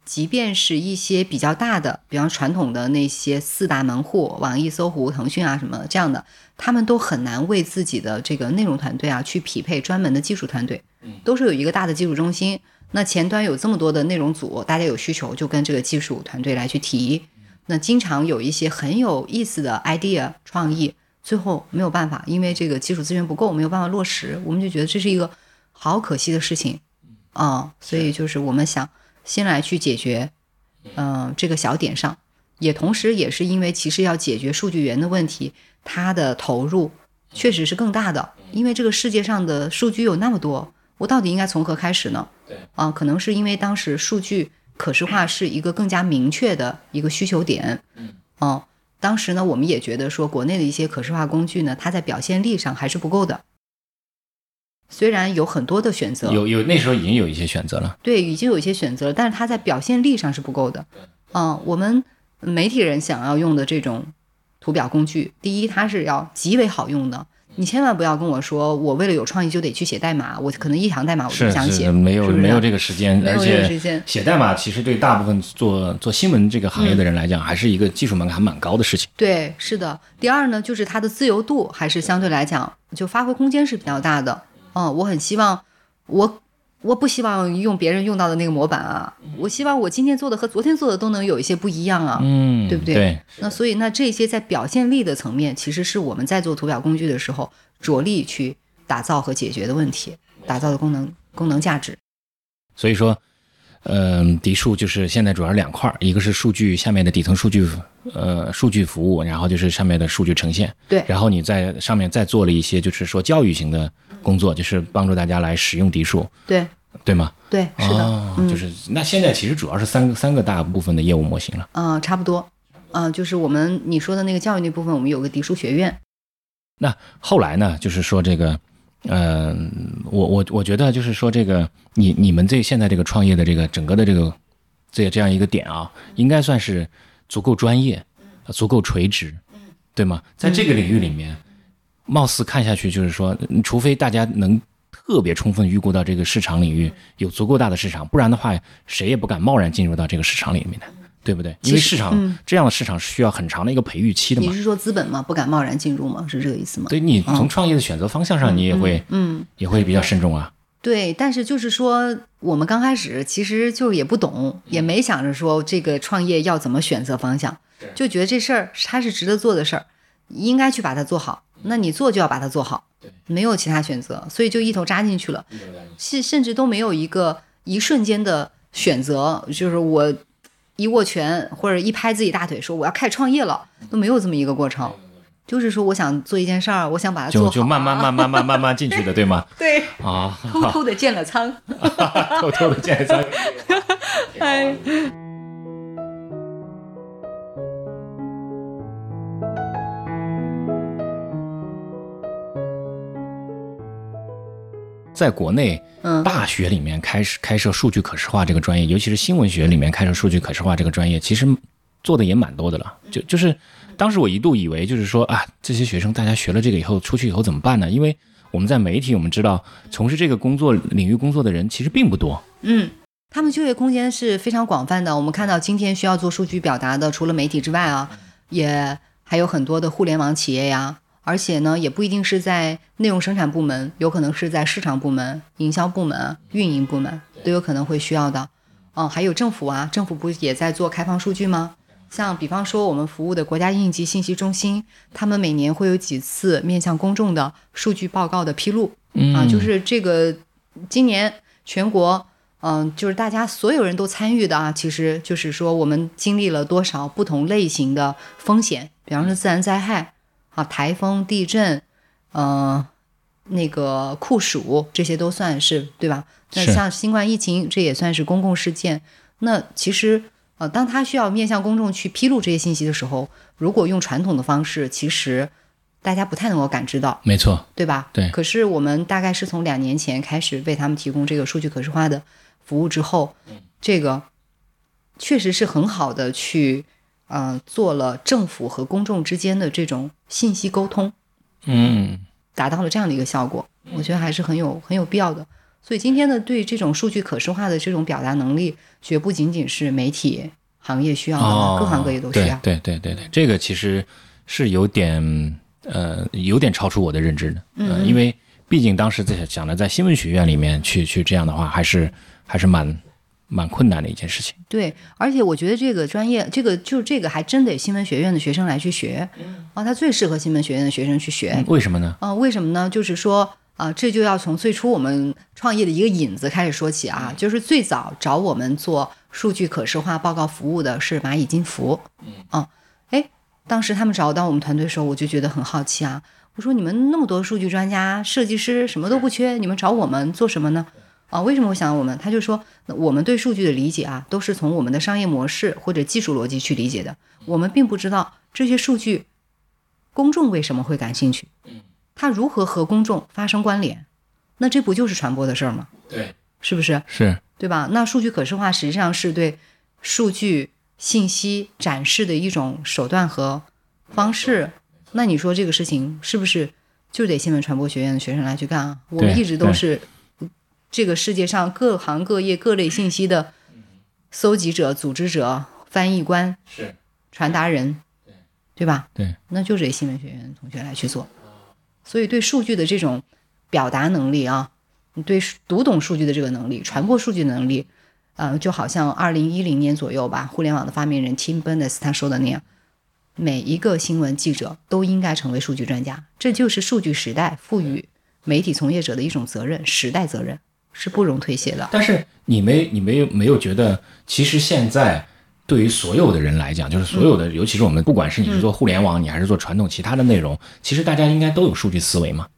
即便是一些比较大的，比方传统的那些4大门户，网易、搜狐、腾讯啊什么这样的，他们都很难为自己的这个内容团队啊去匹配专门的技术团队，都是有一个大的技术中心。那前端有这么多的内容组，大家有需求就跟这个技术团队来去提。那经常有一些很有意思的 idea 创意，最后没有办法，因为这个技术资源不够，没有办法落实，我们就觉得这是一个好可惜的事情所以就是我们想先来去解决这个小点上，也同时也是因为其实要解决数据源的问题，它的投入确实是更大的，因为这个世界上的数据有那么多，我到底应该从何开始呢？可能是因为当时数据可视化是一个更加明确的一个需求点。当时呢，我们也觉得说国内的一些可视化工具呢，它在表现力上还是不够的。虽然有很多的选择， 有那时候已经有一些选择了， 对，已经有一些选择了，但是它在表现力上是不够的。我们媒体人想要用的这种图表工具，第一，它是要极为好用的。你千万不要跟我说，我为了有创意就得去写代码，我可能一行代码我都不想写， 没有这个时间， 而且写代码其实对大部分做新闻这个行业的人来讲，还是一个技术门槛蛮高的事情。 对，是的。第二呢，就是它的自由度还是相对来讲，就发挥空间是比较大的。我很希望我不希望用别人用到的那个模板啊，我希望我今天做的和昨天做的都能有一些不一样啊，对不对？ 对。 那所以这些在表现力的层面，其实是我们在做图表工具的时候着力去打造和解决的问题，打造的功能价值。 所以说，迪数就是现在主要是2块，一个是数据下面的底层数据，数据服务，然后就是上面的数据呈现。 对。 然后你在上面再做了一些，就是说教育型的工作，就是帮助大家来使用迪数。对吗？ 对，是的。 就是那现在其实主要是三个大部分的业务模型了。 差不多。就是你说的那个教育那部分，我们有个迪数学院。 那后来呢，就是说这个。我觉得就是说这个你们现在这个创业的这个整个的这样一个点啊，应该算是足够专业，足够垂直，对吗？在这个领域里面，貌似看下去就是说，除非大家能特别充分预估到这个市场领域有足够大的市场，不然的话，谁也不敢贸然进入到这个市场里面的。对不对？因为市场这样的市场是需要很长的一个培育期的嘛。 你是说资本吗？不敢贸然进入吗？是这个意思吗？ 对，你从创业的选择方向上，你也会也会比较慎重啊。 对，但是就是说，我们刚开始其实就也不懂，也没想着说这个创业要怎么选择方向，就觉得这事儿它是值得做的事儿，应该去把它做好。那你做就要把它做好，没有其他选择，所以就一头扎进去了，甚至都没有一瞬间的选择，就是我一握拳或者一拍自己大腿说我要开始创业了，都没有这么一个过程。就是说我想做一件事儿，我想把它做好， 就慢慢进去的，对吗？ 对啊，偷偷的建了仓偷偷的建了仓哎， 在国内大学里面开设数据可视化这个专业，尤其是新闻学里面开设数据可视化这个专业，其实做的也蛮多的了。就是当时我一度以为就是说啊，这些学生大家学了这个以后出去以后怎么办呢？因为我们在媒体我们知道从事这个领域工作的人其实并不多。 他们就业空间是非常广泛的。我们看到今天需要做数据表达的，除了媒体之外啊，也还有很多的互联网企业呀。而且呢，也不一定是在内容生产部门，有可能是在市场部门、营销部门、运营部门都有可能会需要的。还有政府啊，政府不也在做开放数据吗？像比方说我们服务的国家应急信息中心，他们每年会有几次面向公众的数据报告的披露。就是这个今年全国就是大家所有人都参与的啊，其实就是说我们经历了多少不同类型的风险，比方说自然灾害台风、地震，那个酷暑，这些都算是对吧？那像新冠疫情，这也算是公共事件。那其实当他需要面向公众去披露这些信息的时候，如果用传统的方式，其实大家不太能够感知到， 没错， 对吧？ 对。 可是我们大概是从2年前开始为他们提供这个数据可视化的服务之后，这个确实是很好的去做了政府和公众之间的这种信息沟通，达到了这样的一个效果，我觉得还是很有必要的。 所以今天的对这种数据可视化的这种表达能力，绝不仅仅是媒体行业需要的，各行各业都需要。 对，这个其实是有点超出我的认知的。因为毕竟当时在想着在新闻学院里面去这样的话，还是蛮困难的一件事情。 对，而且我觉得这个专业，这个还真得新闻学院的学生来去学它最适合新闻学院的学生去学。 为什么呢？ 为什么呢？就是说这就要从最初我们创业的一个引子开始说起就是最早找我们做数据可视化报告服务的是蚂蚁金服。当时他们找到我们团队的时候，我就觉得很好奇我说你们那么多数据专家、设计师什么都不缺，你们找我们做什么呢？为什么会想到我们？他就说我们对数据的理解都是从我们的商业模式或者技术逻辑去理解的，我们并不知道这些数据公众为什么会感兴趣，它如何和公众发生关联，那这不就是传播的事儿吗？ 对， 是不是？ 是， 对吧？那数据可视化实际上是对数据信息展示的一种手段和方式，那你说这个事情是不是就得新闻传播学院的学生来去干我们一直都是这个世界上各行各业各类信息的搜集者、组织者、翻译官、传达人，对吧？ 对， 那就得新闻学院的同学来去做。所以对数据的这种表达能力你对读懂数据的这个能力、传播数据的能力，就好像2010年左右吧，互联网的发明人 Tim Berners 他说的那样，每一个新闻记者都应该成为数据专家，这就是数据时代赋予媒体从业者的一种责任，时代责任是不容推卸的。 但是你没有觉得，其实现在对于所有的人来讲，就是所有的，尤其是我们，不管是你是做互联网，你还是做传统其他的内容，其实大家应该都有数据思维吗？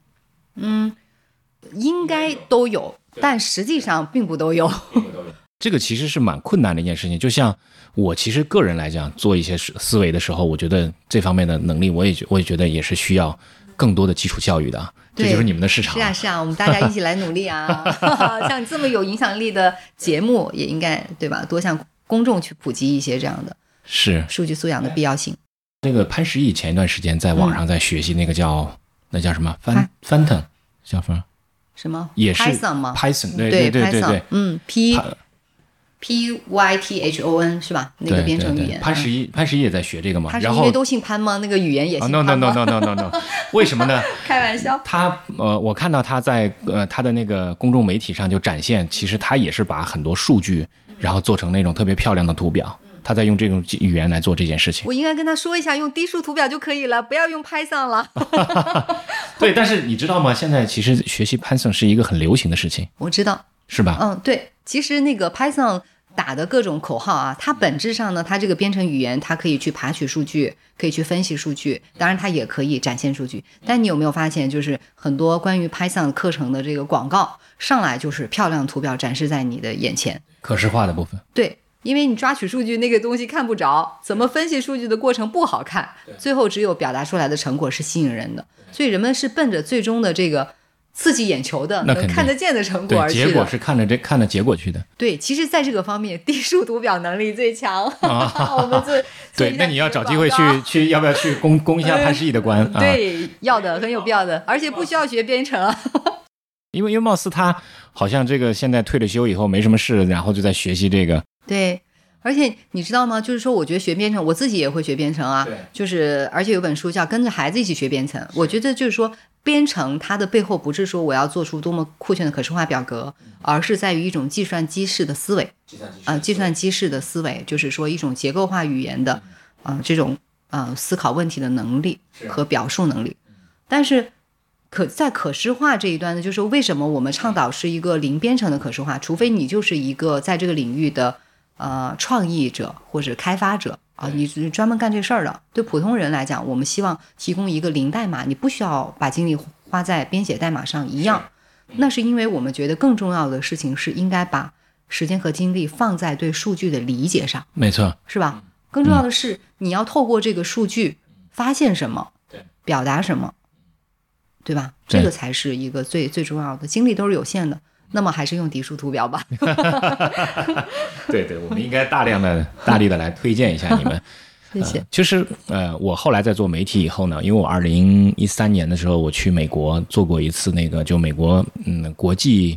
应该都有，但实际上并不都有。 这个其实是蛮困难的一件事情。就像我其实个人来讲，做一些思维的时候，我觉得这方面的能力，我也觉得也是需要更多的基础教育的。这就是你们的市场。 是啊，我们大家一起来努力像你这么有影响力的节目，也应该对吧？多向公众去普及一些这样的数据素养的必要性。 这个潘石屹前一段时间在网上在学习那个那叫什么Phantom 叫什么？ 也是 Python 吗 ？Python 对 Python Python 是吧？那个编程语言。 潘石屹也在学这个嘛？ 他是因为都姓潘吗？那个语言也姓潘吗 ？No， 为什么呢？ 开玩笑。 我看到他在他的那个公众媒体上就展现，其实他也是把很多数据，然后做成那种特别漂亮的图表。他在用这种语言来做这件事情。 我应该跟他说一下，用低数图表就可以了，不要用 Python 了。 对，但是你知道吗？现在其实学习 Python 是一个很流行的事情。 我知道， 是吧？ 对，其实那个 Python 打的各种口号它本质上呢，它这个编程语言，它可以去爬取数据，可以去分析数据，当然它也可以展现数据。但你有没有发现，就是很多关于 Python 课程的这个广告上来就是漂亮图表展示在你的眼前， 可视化的部分。 对。因为你抓取数据那个东西看不着，怎么分析数据的过程不好看，最后只有表达出来的成果是吸引人的，所以人们是奔着最终的这个刺激眼球的能看得见的成果而去的。 结果是看着结果去的。 对，其实在这个方面低数图表能力最强。我们对，那你要找机会去要不要去攻一下潘石屹的关？ 对，要的，很有必要的，而且不需要学编程。 因为貌似他好像这个现在退了休以后没什么事，然后就在学习这个。 对，而且你知道吗？就是说，我觉得学编程，我自己也会学编程就是而且有本书叫《跟着孩子一起学编程》。我觉得就是说，编程它的背后不是说我要做出多么酷炫的可视化表格，而是在于一种计算机式的思维。计算机式的思维，就是说一种结构化语言的这种思考问题的能力和表述能力。但是在可视化这一端呢，就是为什么我们倡导是一个零编程的可视化，除非你就是一个在这个领域的创意者或者开发者你专门干这事儿的。对普通人来讲，我们希望提供一个零代码，你不需要把精力花在编写代码上一样。那是因为我们觉得更重要的事情是应该把时间和精力放在对数据的理解上。 没错， 是吧？更重要的是你要透过这个数据发现什么，表达什么，对吧？这个才是一个最重要的。精力都是有限的，那么还是用低数图表吧。 对，我们应该大力的来推荐一下你们。 谢谢。 就是我后来在做媒体以后呢，因为我2013年的时候我去美国做过一次那个就美国国际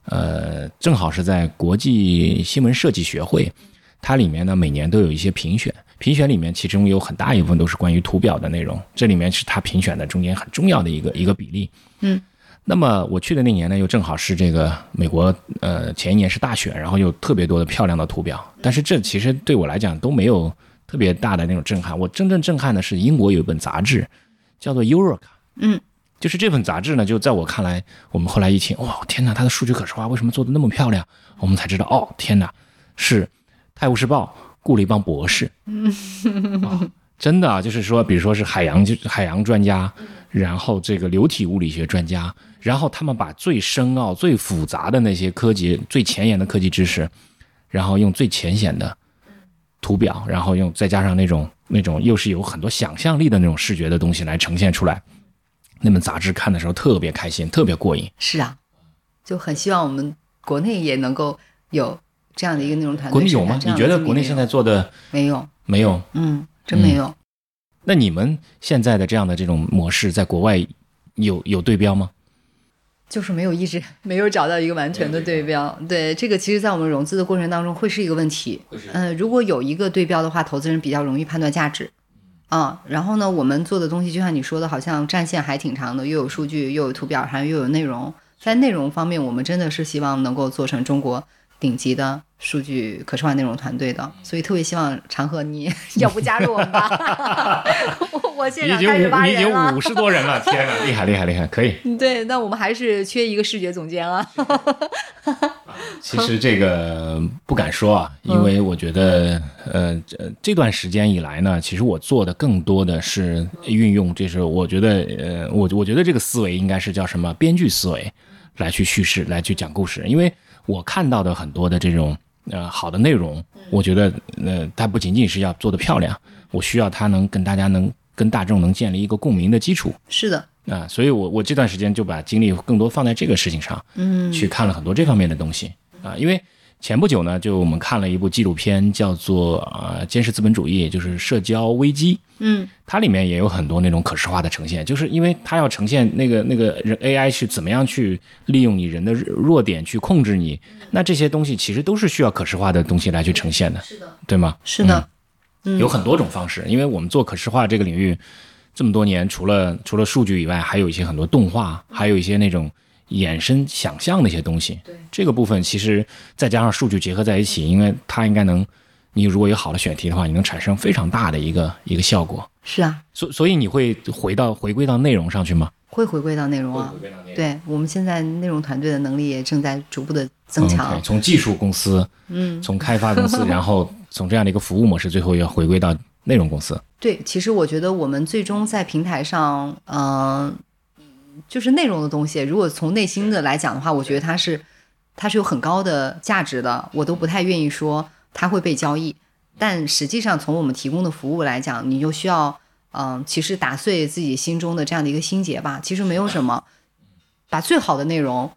正好是在国际新闻设计学会，它里面呢每年都有一些评选，评选里面其中有很大一部分都是关于图表的内容，这里面是它评选的中间很重要的一个比例。那么我去的那年呢，又正好是这个美国前一年是大选，然后有特别多的漂亮的图表，但是这其实对我来讲都没有特别大的那种震撼。我真正震撼的是英国有一本杂志叫做 Euraca，就是这本杂志呢，就在我看来，我们后来一听，哇，天哪，它的数据可视化为什么做得那么漂亮？我们才知道，哦，天哪，是《泰晤士报》雇了一帮博士。真的啊，就是说，比如说是海洋专家，然后这个流体物理学专家，然后他们把最深奥、最复杂的那些科技、最前沿的科技知识，然后用最浅显的图表，然后再加上那种又是有很多想象力的那种视觉的东西来呈现出来。那本杂志看的时候特别开心，特别过瘾。 是啊，就很希望我们国内也能够有这样的一个内容团队。 国内有吗？你觉得国内现在做的没有？ 没有， 真没有。 那你们现在的这样的这种模式，在国外有对标吗？ 就是一直没有找到一个完全的对标。对，这个其实在我们融资的过程当中会是一个问题。如果有一个对标的话，投资人比较容易判断价值。然后呢，我们做的东西就像你说的，好像战线还挺长的，又有数据，又有图表，还又有内容。在内容方面，我们真的是希望能够做成中国顶级的数据可视化内容团队的，所以特别希望长河你要不加入我们吧？我现在开始挖人了，你已经 50多人了，天哪，厉害厉害厉害，可以。 对，那我们还是缺一个视觉总监啊。 其实这个不敢说啊，因为我觉得这段时间以来呢，其实我做的更多的是运用，就是我觉得我觉得这个思维应该是叫什么编剧思维来去叙事，来去讲故事。因为我看到的很多的这种好的内容，我觉得它不仅仅是要做得漂亮，我需要它能跟大众能建立一个共鸣的基础。 是的。 所以我这段时间就把精力更多放在这个事情上，去看了很多这方面的东西因为前不久呢，就我们看了一部纪录片，叫做监视资本主义，就是社交危机。它里面也有很多那种可视化的呈现，就是因为它要呈现那个人 AI 是怎么样去利用你人的弱点去控制你，那这些东西其实都是需要可视化的东西来去呈现的， 是的， 对吗？ 是的， 有很多种方式，因为我们做可视化这个领域这么多年，除了数据以外，还有一些很多动画，还有一些那种衍生想象的一些东西。 对， 这个部分其实再加上数据结合在一起，因为它应该能，你如果有好的选题的话，你能产生非常大的一个效果。 是啊， 所以你会回归到内容上去吗？ 会回归到内容啊。对，我们现在内容团队的能力也正在逐步的增强。 从技术公司，从开发公司，然后从这样的一个服务模式，最后要回归到内容公司。 对，其实我觉得我们最终在平台上，就是内容的东西，如果从内心的来讲的话，我觉得它是有很高的价值的，我都不太愿意说它会被交易。但实际上从我们提供的服务来讲，你就需要其实打碎自己心中的这样的一个心结吧。其实没有什么，把最好的内容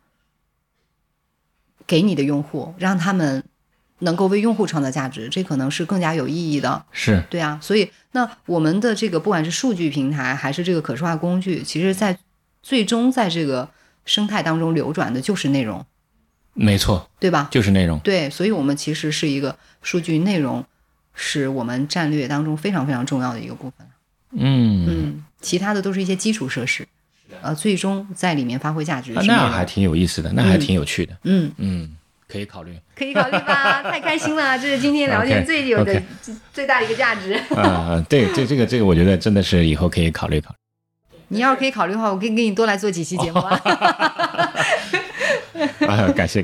给你的用户，让他们能够为用户创造价值，这可能是更加有意义的。 是， 对啊，所以那我们的这个不管是数据平台还是这个可视化工具，其实在最终在这个生态当中流转的就是内容。 没错， 对吧？ 就是内容。 对，所以我们其实是一个数据内容是我们战略当中非常非常重要的一个部分。其他的都是一些基础设施，最终在里面发挥价值。 那还挺有意思的，那还挺有趣的。可以考虑吧，太开心了，这是今天聊天最有的最大的一个价值。 对，这个我觉得真的是以后可以考虑。 你要是可以考虑的话，我可以给你多来做几期节目感谢。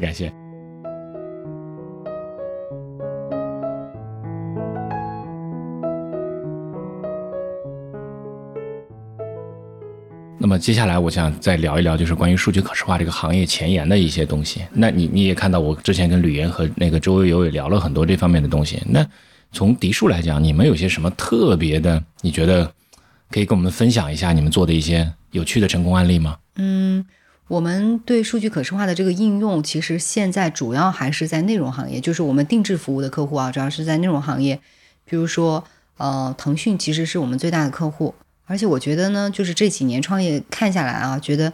那么接下来我想再聊一聊，就是关于数据可视化这个行业前沿的一些东西。那你也看到我之前跟吕岩和那个周悠悠也聊了很多这方面的东西。那从迪数来讲，你们有些什么特别的，你觉得可以跟我们分享一下你们做的一些有趣的成功案例吗？ 我们对数据可视化的这个应用，其实现在主要还是在内容行业，就是我们定制服务的客户啊，主要是在内容行业。比如说腾讯其实是我们最大的客户，而且我觉得呢，就是这几年创业看下来啊，觉得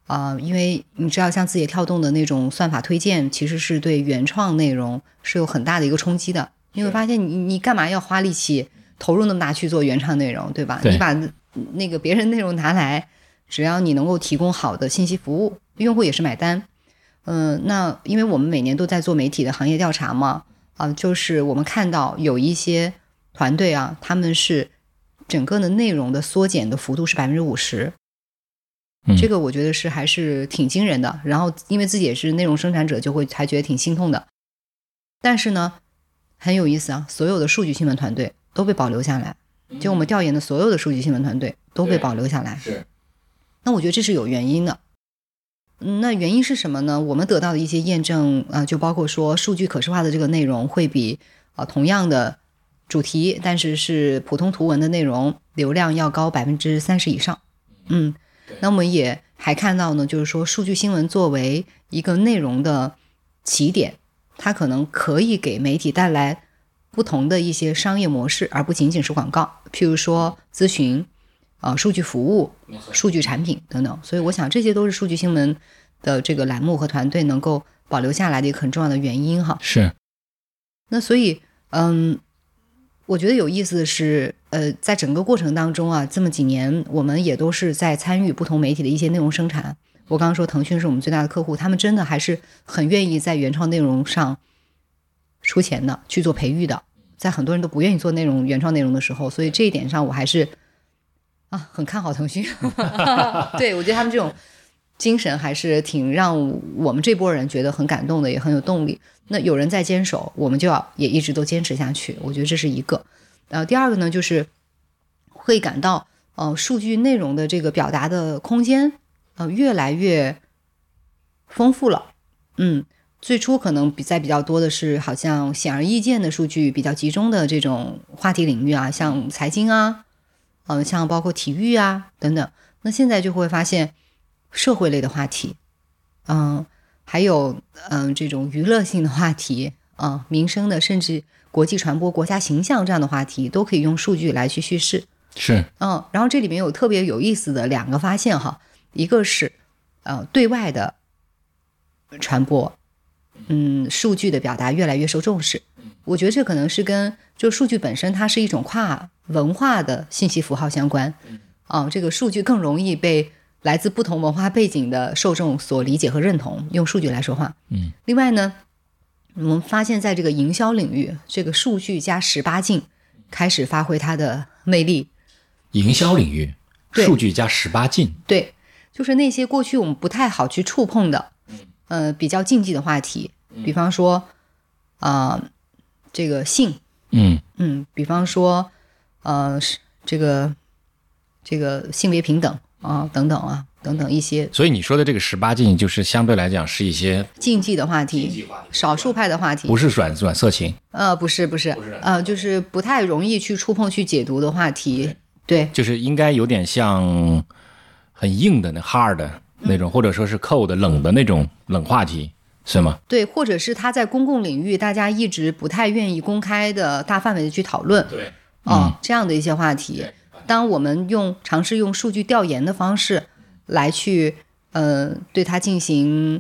因为你知道像字节跳动的那种算法推荐，其实是对原创内容是有很大的一个冲击的。你会发现你干嘛要花力气投入那么大去做原创内容，对吧？ 对， 你把那个别人内容拿来，只要你能够提供好的信息服务，用户也是买单。那因为我们每年都在做媒体的行业调查嘛，就是我们看到有一些团队啊，他们是整个的内容的缩减的幅度是50%。这个我觉得是还是挺惊人的，然后因为自己也是内容生产者，就会还觉得挺心痛的。但是呢，很有意思啊，所有的数据新闻团队都被保留下来，就我们调研的所有的数据新闻团队都被保留下来。 是， 那我觉得这是有原因的。那原因是什么呢？我们得到的一些验证就包括说数据可视化的这个内容会比同样的主题，但是是普通图文的内容流量要高30%以上。那我们也还看到呢，就是说数据新闻作为一个内容的起点，它可能可以给媒体带来不同的一些商业模式，而不仅仅是广告，譬如说咨询、数据服务、数据产品等等。所以我想这些都是数据新闻的这个栏目和团队能够保留下来的一个很重要的原因哈。 是。 那所以我觉得有意思的是在整个过程当中啊，这么几年我们也都是在参与不同媒体的一些内容生产。我刚刚说腾讯是我们最大的客户，他们真的还是很愿意在原创内容上出钱的，去做培育的，在很多人都不愿意做原创内容的时候，所以这一点上我还是很看好腾讯对，我觉得他们这种精神还是挺让我们这波人觉得很感动的，也很有动力。那有人在坚守，我们就要也一直都坚持下去，我觉得这是一个。第二个呢，就是会感到数据内容的这个表达的空间越来越丰富了。最初可能比较多的是好像显而易见的数据比较集中的这种话题领域啊，像财经啊，像包括体育啊等等。那现在就会发现社会类的话题，还有这种娱乐性的话题民生的，甚至国际传播、国家形象这样的话题，都可以用数据来去叙事。 是， 然后这里面有特别有意思的2个发现哈，一个是对外的传播，数据的表达越来越受重视。我觉得这可能是跟就数据本身它是一种跨文化的信息符号相关。这个数据更容易被来自不同文化背景的受众所理解和认同，用数据来说话。另外呢，我们发现在这个营销领域，这个数据加18禁开始发挥它的魅力。 营销领域数据加18禁， 对，就是那些过去我们不太好去触碰的比较禁忌的话题，比方说这个性，比方说这个性别平等等等一些。 所以你说的这个18禁就是相对来讲是一些禁忌的话题，少数派的话题， 不是软色情， 不是就是不太容易去触碰去解读的话题。对， 就是应该有点像很硬的那 hard 的那种，或者说是 cold 冷的那种冷话题，是吗？ 对，或者是他在公共领域大家一直不太愿意公开的大范围的去讨论， 对， 这样的一些话题，当我们尝试用数据调研的方式来去对它进行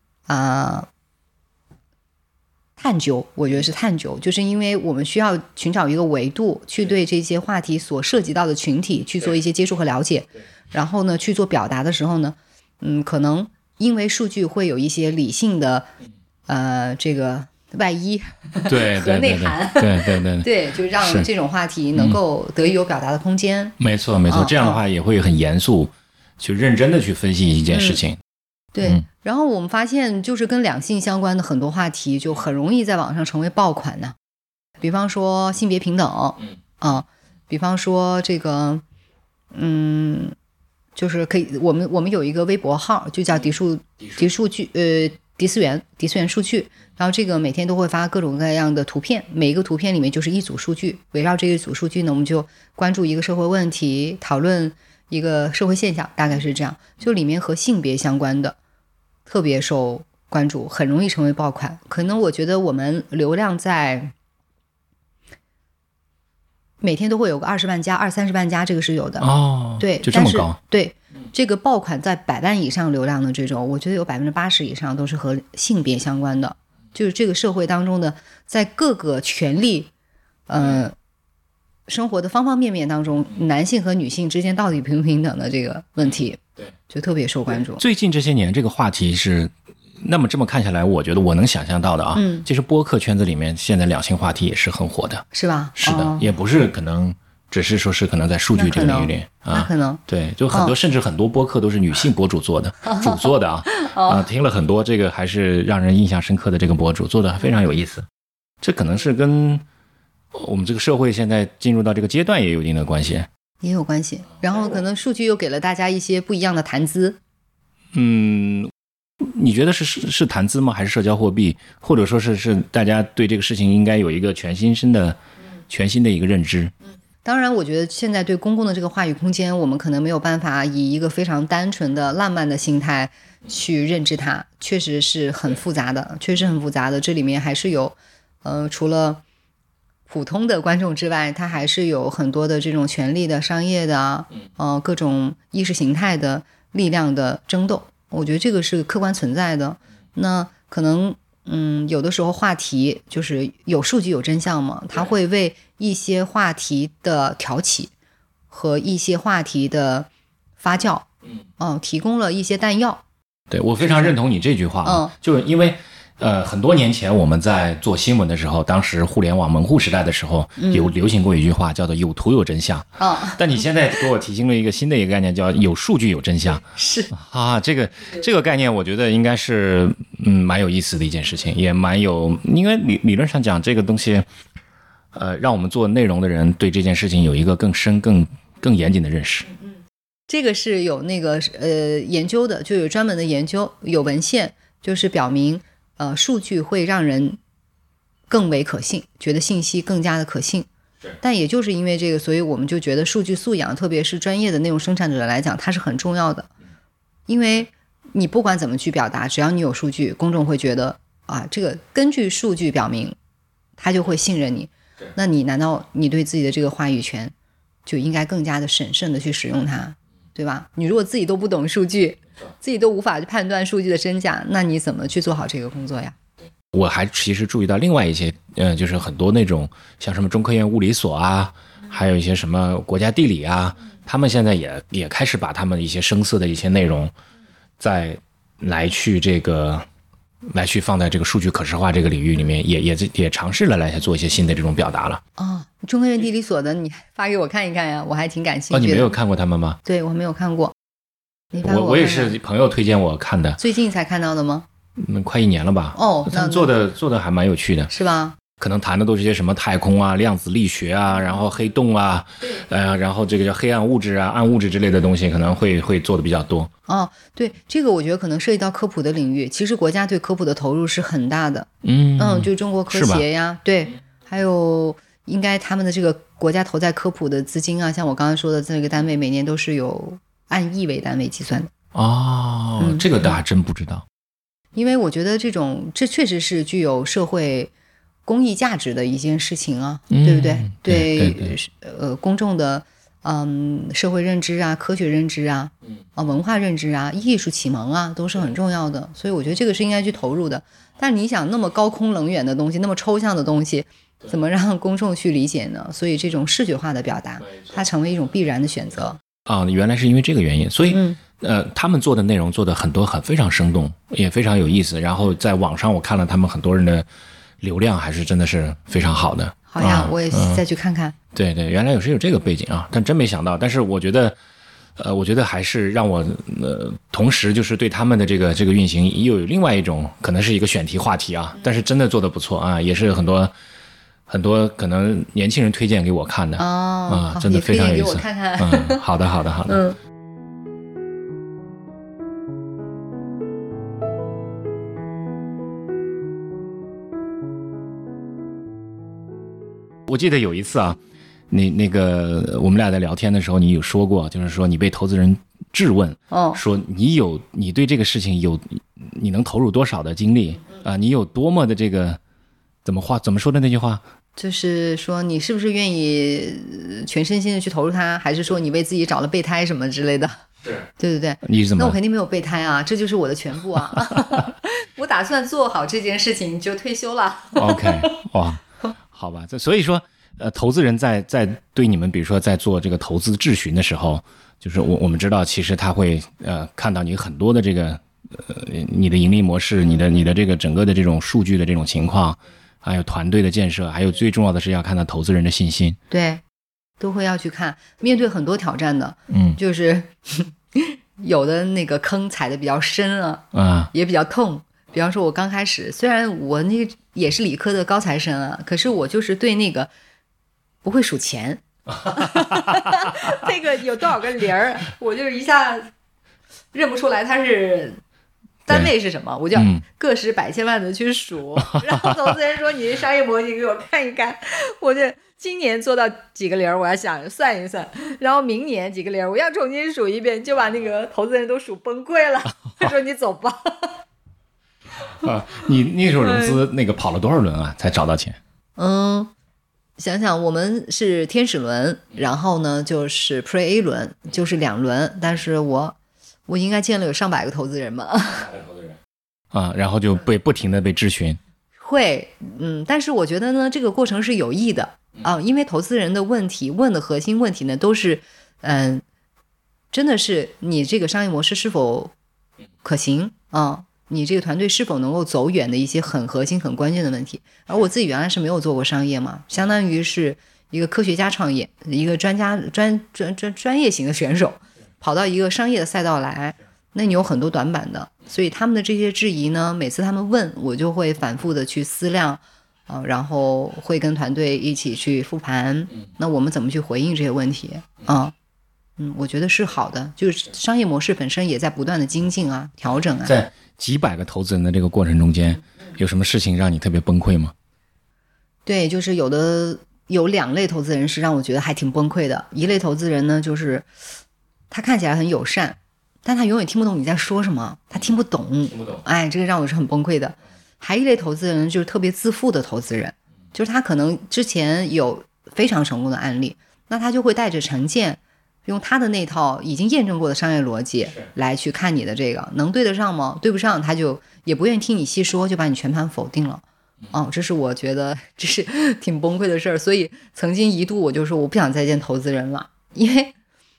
探究，我觉得是探究，就是因为我们需要寻找一个维度去对这些话题所涉及到的群体去做一些接触和了解，然后呢去做表达的时候呢，可能因为数据会有一些理性的这个外衣对和内涵， 对， 就让这种话题能够得以有表达的空间。 没错，这样的话也会很严肃去认真的去分析一件事情。 对，然后我们发现就是跟两性相关的很多话题就很容易在网上成为爆款呢，比方说性别平等，比方说这个就是可以我们有一个微博号就叫迪数据迪思源数据，然后这个每天都会发各种各样的图片，每一个图片里面就是一组数据，围绕这一组数据呢，我们就关注一个社会问题，讨论一个社会现象，大概是这样。就里面和性别相关的特别受关注，很容易成为爆款。可能我觉得我们流量在每天都会有个20万加、20-30万加，这个是有的。 对，就这么高。 对， 这个爆款在100万以上流量的这种，我觉得有80%以上都是和性别相关的，就是这个社会当中的在各个权利生活的方方面面当中，男性和女性之间到底平不平等的这个问题， 对， 就特别受关注。 最近这些年这个话题是这么看下来，我觉得我能想象到的啊，其实播客圈子里面现在两性话题也是很火的， 是吧？ 是的，也不是可能只是说是可能在数据这个领域里那可能对，就很多甚至很多播客都是女性博主做的，主做的听了很多这个还是让人印象深刻的这个博主做的非常有意思，这可能是跟我们这个社会现在进入到这个阶段也有一定的关系， 也有关系。然后可能数据又给了大家一些不一样的谈资。 你觉得是谈资吗？还是社交货币？或者说是大家对这个事情应该有一个全新的一个认知？ 当然我觉得现在对公共的这个话语空间，我们可能没有办法以一个非常单纯的浪漫的心态去认知它，确实是很复杂的，这里面还是有除了普通的观众之外，它还是有很多的这种权力的、商业的各种意识形态的力量的争斗，我觉得这个是客观存在的。那可能有的时候话题就是有数据有真相嘛，它会为一些话题的挑起和一些话题的发酵提供了一些弹药。 对，我非常认同你这句话就是因为很多年前我们在做新闻的时候，当时互联网门户时代的时候，有流行过一句话叫做有图有真相但你现在给我提醒了一个新的一个概念，叫有数据有真相。 是这个概念我觉得应该是蛮有意思的一件事情，也蛮有，因为理论上讲这个东西让我们做内容的人对这件事情有一个更深更严谨的认识。 这个是有那个研究的，就有专门的研究，有文献就是表明数据会让人更为可信，觉得信息更加的可信。但也就是因为这个，所以我们就觉得数据素养，特别是专业的内容生产者来讲，它是很重要的。因为你不管怎么去表达，只要你有数据，公众会觉得这个根据数据表明，他就会信任你。那你难道你对自己的这个话语权就应该更加的审慎的去使用它，对吧？你如果自己都不懂数据，自己都无法去判断数据的真假，那你怎么去做好这个工作呀？ 我还其实注意到另外一些就是很多那种像什么中科院物理所还有一些什么国家地理他们现在也开始把他们一些生涩的一些内容再来去放在这个数据可视化这个领域里面，也尝试了来做一些新的这种表达了。 中科院地理所的你发给我看一看呀，我还挺感兴趣的。 你没有看过他们吗？ 对，我没有看过。 我也是朋友推荐我看的。 最近才看到的吗？ 快1年了吧。他们做的还蛮有趣的， 是吧？ 可能谈的都是些什么太空量子力学然后黑洞然后这个叫黑暗物质暗物质之类的东西，可能会做的比较多。 对，这个我觉得可能涉及到科普的领域，其实国家对科普的投入是很大的。就中国科协呀，对，还有应该他们的这个国家投在科普的资金像我刚才说的这个单位，每年都是有按亿为单位计算的。 这个大家真不知道。 因为我觉得这确实是具有社会公益价值的一件事情对不对？对，公众的社会认知科学认知文化认知艺术启蒙都是很重要的，所以我觉得这个是应该去投入的。但是你想，那么高空冷远的东西，那么抽象的东西，怎么让公众去理解呢？所以这种视觉化的表达，它成为一种必然的选择。 原来是因为这个原因，所以他们做的内容做的很多非常生动，也非常有意思。然后在网上我看了他们很多人的流量还是真的是非常好的。 好呀，我也再去看看。 对，原来有这个背景但真没想到。但是我觉得还是让我同时就是对他们的这个运行又有另外一种可能是一个选题话题但是真的做得不错也是很多可能年轻人推荐给我看的真的非常有意思。 也可以给我看看。 好的。我记得有一次你那个我们俩在聊天的时候，你有说过，就是说你被投资人质问说你对这个事情你能投入多少的精力你有多么的这个怎么说的那句话？ 就是说你是不是愿意全身心的去投入它，还是说你为自己找了备胎什么之类的？ 对对对， 你怎么？ 那我肯定没有备胎啊，这就是我的全部啊。我打算做好这件事情就退休了。 OK， 哇，好吧，所以说，投资人在对你们，比如说在做这个投资质询的时候，就是我们知道，其实他会看到你很多的这个你的盈利模式，你的这个整个的这种数据的这种情况，还有团队的建设，还有最重要的是要看到投资人的信心。 对，都会要去看，面对很多挑战的，就是有的那个坑踩的比较深啊，也比较痛。比方说，我刚开始，虽然我那个也是理科的高材生啊，可是我就是对那个不会数钱，那个有多少个零儿，我就是一下认不出来它是单位是什么，我就个十百千万的去数。然后投资人说：“你这商业模型给我看一看。”我就今年做到几个零，我要想算一算，然后明年几个零，我要重新数一遍，就把那个投资人都数崩溃了。他说：“你走吧。” 你那时候融资那个跑了多少轮啊，才找到钱？ 想想我们是天使轮，然后呢就是 Pre A 轮，就是2轮，但是我应该见了有上百个投资人吧。 然后就不停的被质询。 会，但是我觉得呢，这个过程是有益的啊，因为投资人的问题问的核心问题呢，都是真的是你这个商业模式是否可行啊。你这个团队是否能够走远的一些很核心很关键的问题。而我自己原来是没有做过商业嘛，相当于是一个科学家创业，一个专业型的选手跑到一个商业的赛道来，那你有很多短板的，所以他们的这些质疑呢，每次他们问我就会反复的去思量然后会跟团队一起去复盘，那我们怎么去回应这些问题我觉得是好的，就是商业模式本身也在不断的精进啊，调整啊。 在几百个投资人的这个过程中间，有什么事情让你特别崩溃吗？ 对，就是有2类投资人是让我觉得还挺崩溃的。一类投资人呢，就是他看起来很友善，但他永远听不懂你在说什么，他听不懂，哎，这个让我是很崩溃的。还一类投资人就是特别自负的投资人，就是他可能之前有非常成功的案例，那他就会带着成见，用他的那套已经验证过的商业逻辑来去看你的这个能对得上吗？对不上，他就也不愿意听你细说，就把你全盘否定了。这是我觉得这是挺崩溃的事儿。所以曾经一度我就说我不想再见投资人了，因为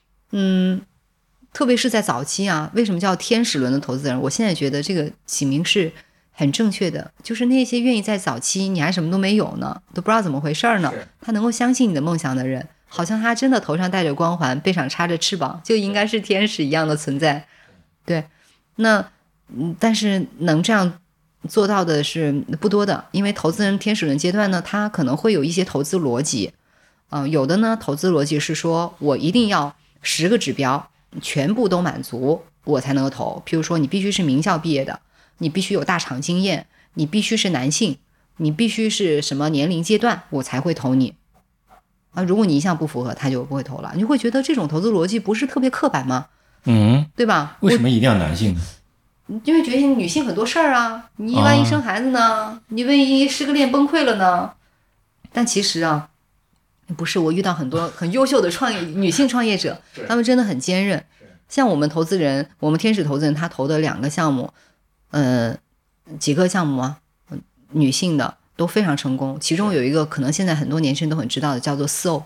特别是在早期啊，为什么叫天使轮的投资人？我现在觉得这个起名是很正确的，就是那些愿意在早期你还什么都没有呢，都不知道怎么回事呢，他能够相信你的梦想的人，好像他真的头上戴着光环，背上插着翅膀，就应该是天使一样的存在。对，那但是能这样做到的是不多的，因为投资人天使轮阶段呢，他可能会有一些投资逻辑有的呢投资逻辑是说我一定要10个指标全部都满足我才能够投，譬如说你必须是名校毕业的，你必须有大厂经验，你必须是男性，你必须是什么年龄阶段我才会投你如果你一项不符合他就不会投了。你会觉得这种投资逻辑不是特别刻板吗？对吧？ 为什么一定要男性呢？ 因为觉得女性很多事儿啊，你万一生孩子呢，你万一失个恋崩溃了呢。但其实不是，我遇到很多很优秀的女性创业者，她们真的很坚韧。像我们投资人，我们天使投资人，他投的2个项目几个项目女性的都非常成功，其中有一个可能现在很多年轻人都很知道的，叫做 Soul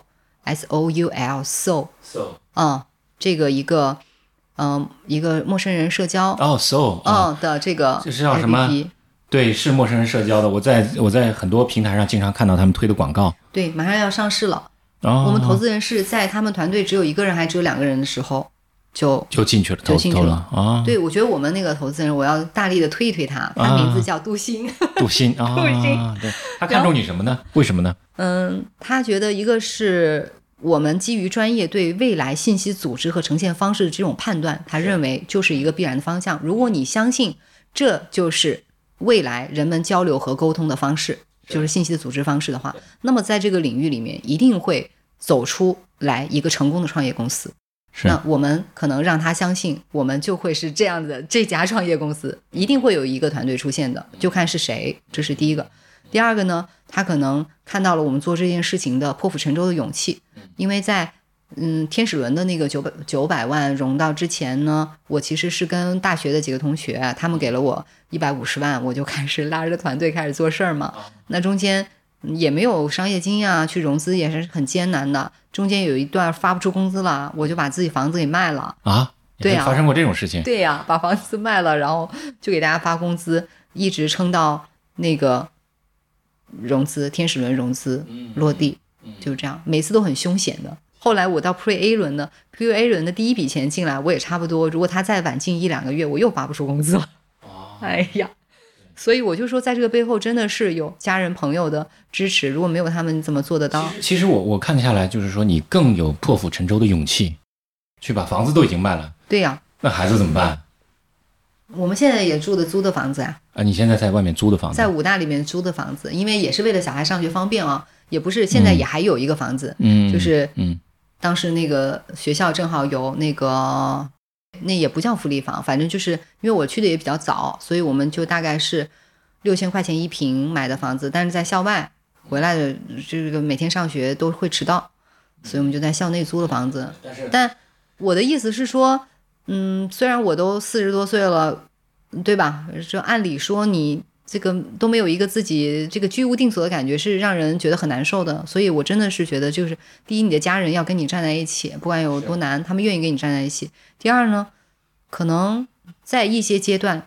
Soul 这个一个陌生人社交 Soul 的这个 APP， 这是叫什么？对，是陌生人社交的。我在很多平台上经常看到他们推的广告。 对，马上要上市了。我们投资人是在他们团队只有1个人还只有2个人的时候就进去了，投了对，我觉得我们那个投资人，我要大力的推一推他，他名字叫杜鑫。杜鑫对，他看中你什么呢？为什么呢？ 他觉得一个是我们基于专业对未来信息组织和呈现方式的这种判断，他认为就是一个必然的方向。如果你相信这就是未来人们交流和沟通的方式，就是信息的组织方式的话，那么在这个领域里面一定会走出来一个成功的创业公司。那我们可能让他相信我们就会是这样的，这家创业公司一定会有一个团队出现的，就看是谁，这是第一个。第二个呢，他可能看到了我们做这件事情的破釜沉舟的勇气，因为在天使轮的那个900万融到之前呢，我其实是跟大学的几个同学，他们给了我150万，我就开始拉着团队开始做事儿嘛。那中间也没有商业经验啊，去融资也是很艰难的。中间有一段发不出工资了，我就把自己房子给卖了啊。对呀，发生过这种事情。 对呀，把房子卖了，然后就给大家发工资，一直撑到那个融资天使轮融资落地，就这样，每次都很凶险的。后来我到 Pre-A 轮的 Pre-A 轮的第一笔钱进来，我也差不多，如果他再晚进1-2个月，我又发不出工资了。哎呀，所以我就说，在这个背后真的是有家人朋友的支持，如果没有他们，你怎么做得到？ 其实我看下来，就是说你更有破釜沉舟的勇气，去把房子都已经卖了。 对呀， 那孩子怎么办？ 我们现在也住的租的房子啊。 你现在在外面租的房子？ 在武大里面租的房子，因为也是为了小孩上学方便啊，也不是现在也还有一个房子，就是当时那个学校正好有那个，那也不叫福利房，反正就是因为我去的也比较早，所以我们就大概是6000块钱1平买的房子，但是在校外回来的这个每天上学都会迟到，所以我们就在校内租的房子。但我的意思是说，虽然我都40多岁了，对吧？这按理说你这个都没有一个自己这个居无定所的感觉，是让人觉得很难受的。所以我真的是觉得，就是第一，你的家人要跟你站在一起，不管有多难，他们愿意跟你站在一起。第二呢，可能在一些阶段，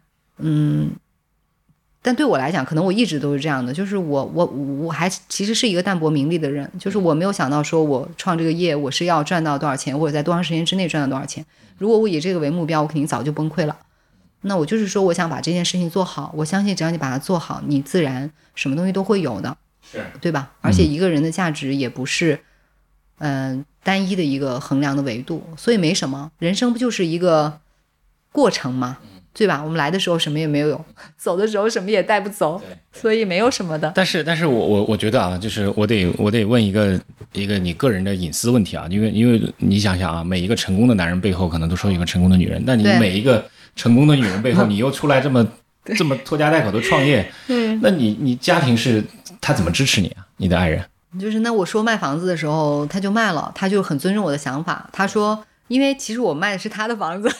但对我来讲，可能我一直都是这样的，就是我还其实是一个淡泊名利的人，就是我没有想到说我创这个业，我是要赚到多少钱，或者在多长时间之内赚到多少钱。如果我以这个为目标，我肯定早就崩溃了。那我就是说，我想把这件事情做好，我相信只要你把它做好，你自然什么东西都会有的，对吧？而且一个人的价值也不是单一的一个衡量的维度，所以没什么，人生不就是一个过程吗？对吧？我们来的时候什么也没有，走的时候什么也带不走，所以没有什么的。 但是我觉得啊，就是我得问一个你个人的隐私问题啊，因为你想想啊，每一个成功的男人背后可能都是有一个成功的女人，但你每一个成功的女人背后，你又出来这么拖家带口的创业，那你家庭是他怎么支持你啊？你的爱人？ 就是那我说卖房子的时候，他就卖了，他就很尊重我的想法。他说，因为其实我卖的是他的房子。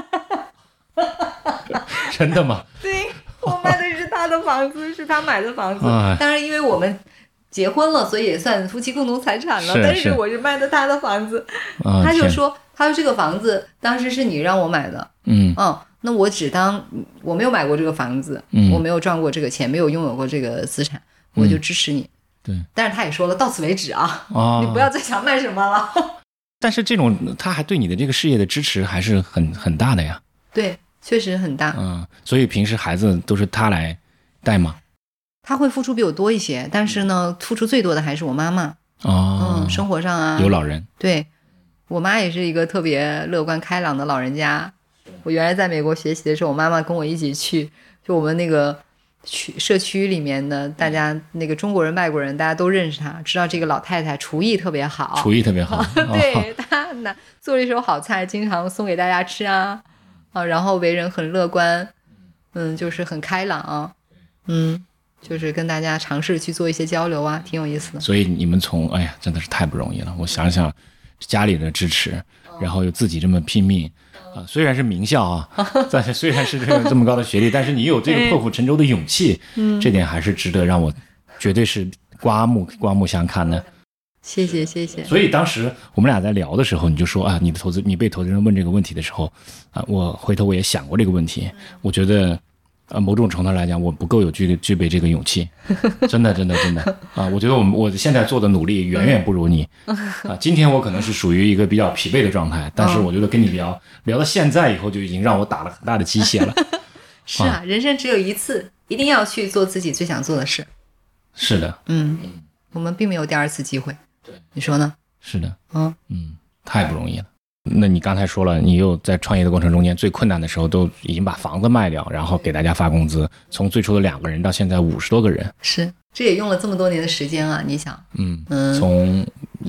真的吗？ 对，我卖的是他的房子，是他买的房子。当然，因为我们结婚了，所以也算夫妻共同财产了。但是我是卖的他的房子。他就说这个房子当时是你让我买的。那我只当我没有买过这个房子，我没有赚过这个钱，没有拥有过这个资产，我就支持你。 对。 但是他也说了，到此为止啊，你不要再想卖什么了。 但是这种他还对你的这个事业的支持还是很大的呀。 对。确实很大， 所以平时孩子都是他来带吗？ 他会付出比我多一些，但是呢，付出最多的还是我妈妈。生活上啊， 有老人。对， 我妈也是一个特别乐观开朗的老人家。我原来在美国学习的时候，我妈妈跟我一起去，就我们那个社区里面的大家，那个中国人、外国人，大家都认识她，知道这个老太太厨艺特别好。对，她做了一手好菜，经常送给大家吃啊。然后为人很乐观，就是很开朗，就是跟大家尝试去做一些交流啊，挺有意思的。 所以你们真的是太不容易了。我想想，家里的支持，然后又自己这么拼命虽然是名校啊，但是虽然是这么高的学历，但是你有这个破釜沉舟的勇气，这点还是值得让我绝对是刮目相看的。 谢谢。 所以当时我们俩在聊的时候，你就说你被投资人问这个问题的时候我回头我也想过这个问题，我觉得某种程度来讲，我不够有具备这个勇气，真的我觉得我现在做的努力远远不如你今天我可能是属于一个比较疲惫的状态，但是我觉得跟你聊到现在以后，就已经让我打了很大的鸡血了。 是啊，人生只有一次，一定要去做自己最想做的事。 是的， 我们并没有第二次机会。对，你说呢？ 是的，太不容易了。那你刚才说了，你又在创业的过程中间最困难的时候都已经把房子卖掉，然后给大家发工资，从最初的2个人到现在50多个人。 是，这也用了这么多年的时间啊！你想， 从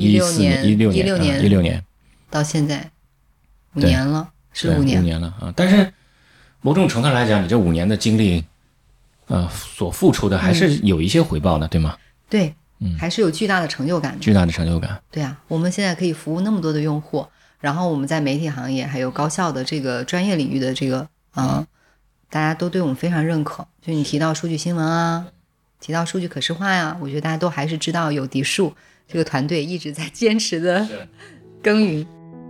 16年到现在5年了，是5 年了啊！但是某种程度来讲，你这5年的经历，所付出的还是有一些回报的，对吗？ 对， 还是有巨大的成就感的。 巨大的成就感。 对啊，我们现在可以服务那么多的用户，然后我们在媒体行业还有高校的这个专业领域的这个大家都对我们非常认可。就你提到数据新闻啊，提到数据可视化呀，我觉得大家都还是知道有迪数这个团队一直在坚持的耕耘。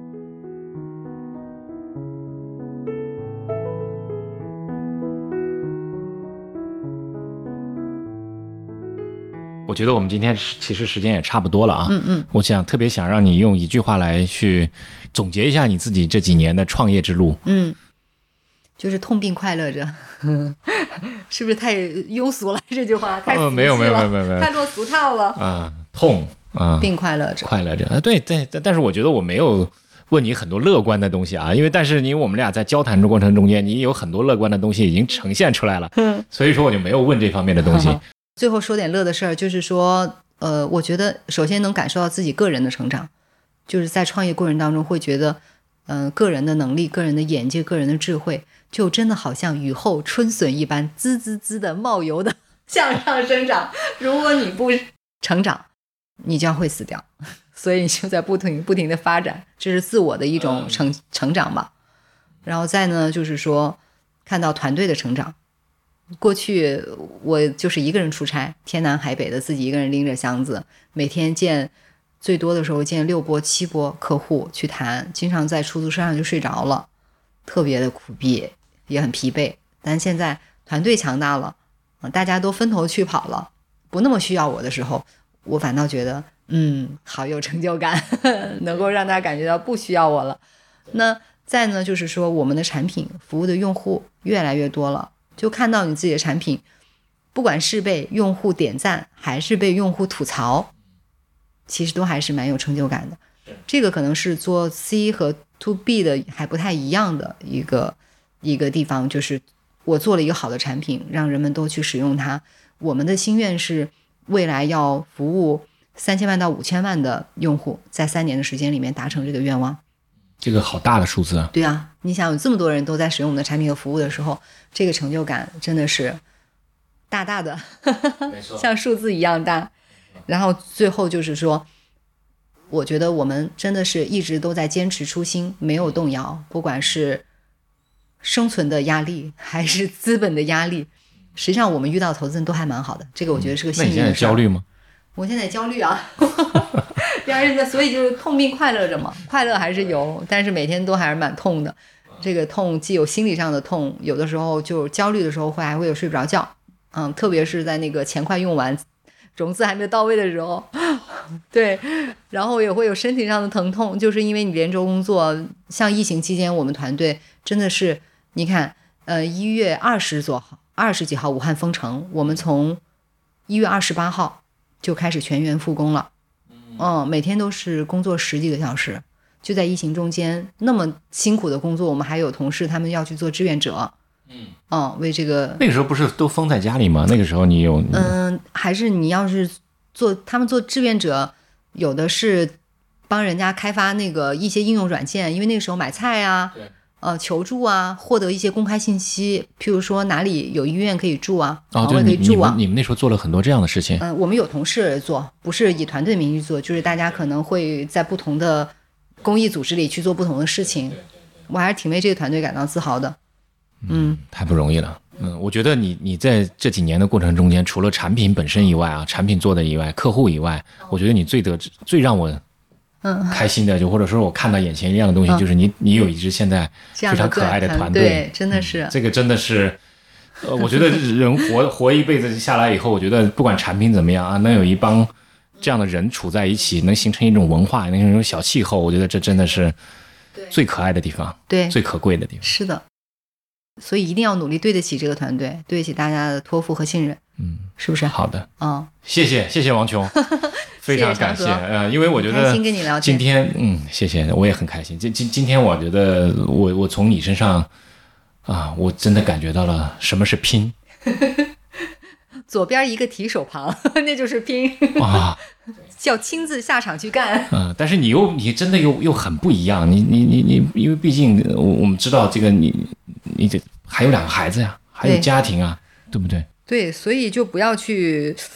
我觉得我们今天其实时间也差不多了啊。我特别想让你用一句话来去总结一下你自己这几年的创业之路。 就是痛并快乐着。是不是太庸俗了这句话？太没有， 太落俗套了。 痛并快乐着， 快乐着。对，但是我觉得我没有问你很多乐观的东西啊，但是我们俩在交谈的过程中间，你有很多乐观的东西已经呈现出来了，所以说我就没有问这方面的东西。 最后说点乐的事儿，就是说，我觉得首先能感受到自己个人的成长，就是在创业过程当中会觉得，个人的能力、个人的眼界、个人的智慧，就真的好像雨后春笋一般，滋滋滋的冒油的向上生长。如果你不成长，你将会死掉。所以你就在不停的发展，这是自我的一种成长吧。然后再呢，就是说看到团队的成长。过去我就是一个人出差，天南海北的自己一个人拎着箱子，每天最多的时候见6波7波客户去谈，经常在出租车上就睡着了，特别的苦逼，也很疲惫。但现在团队强大了，大家都分头去跑了，不那么需要我的时候，我反倒觉得好有成就感，能够让大家感觉到不需要我了。那再呢，就是说我们的产品服务的用户越来越多了，就看到你自己的产品，不管是被用户点赞还是被用户吐槽，其实都还是蛮有成就感的。这个可能是做 C 和 To B 的还不太一样的一个地方，就是我做了一个好的产品，让人们都去使用它。我们的心愿是未来要服务3000万到5000万的用户，在3年的时间里面达成这个愿望。 这个好大的数字啊！ 对啊，你想有这么多人都在使用我们的产品和服务的时候，这个成就感真的是大大的像数字一样大。然后最后就是说，我觉得我们真的是一直都在坚持初心，没有动摇，不管是生存的压力还是资本的压力，实际上我们遇到投资人都还蛮好的，这个我觉得是个幸运的事。 那你现在焦虑吗？ 我现在焦虑啊。所以就是痛并快乐着嘛，快乐还是有，但是每天都还是蛮痛的。这个痛既有心理上的痛，有的时候就焦虑的时候还会有睡不着觉，特别是在那个钱快用完，融资还没有到位的时候，对，然后也会有身体上的疼痛，就是因为你连轴工作。像疫情期间，我们团队真的是，你看，1月20几号武汉封城，我们从1月28号就开始全员复工了。每天都是工作10几个小时，就在疫情中间那么辛苦的工作，我们还有同事他们要去做志愿者，为这个。那个时候不是都封在家里吗？那个时候你有还是你要是他们做志愿者，有的是帮人家开发那个一些应用软件，因为那个时候买菜啊，求助啊，获得一些公开信息，譬如说哪里有医院可以住啊， 床位可以住啊。你们那时候做了很多这样的事情。 我们有同事做，不是以团队名义做，就是大家可能会在不同的公益组织里去做不同的事情。我还是挺为这个团队感到自豪的。 太不容易了。我觉得你在这几年的过程中间，除了产品本身以外啊，产品做的以外，客户以外，我觉得你最让我开心的，就或者说我看到眼前一亮的东西，就是你有一支现在非常可爱的团队， 对，真的是这个真的是，我觉得人活一辈子下来以后，我觉得不管产品怎么样啊，能有一帮这样的人处在一起，能形成一种文化，能形成一种小气候，我觉得这真的是最可爱的地方， 对， 最可贵的地方。 是的，所以一定要努力对得起这个团队，对得起大家的托付和信任，是不是？ 好的，谢谢王琼。非常感谢，因为我觉得开心跟你聊天。 今天，谢谢，我也很开心。今天我觉得我从你身上我真的感觉到了什么是拼。 左边一个提手旁，那就是拼啊， 叫亲自下场去干。 但是你真的又很不一样，你因为毕竟我们知道这个你这还有2个孩子呀，还有家庭啊，对不对？ 对，所以就不要去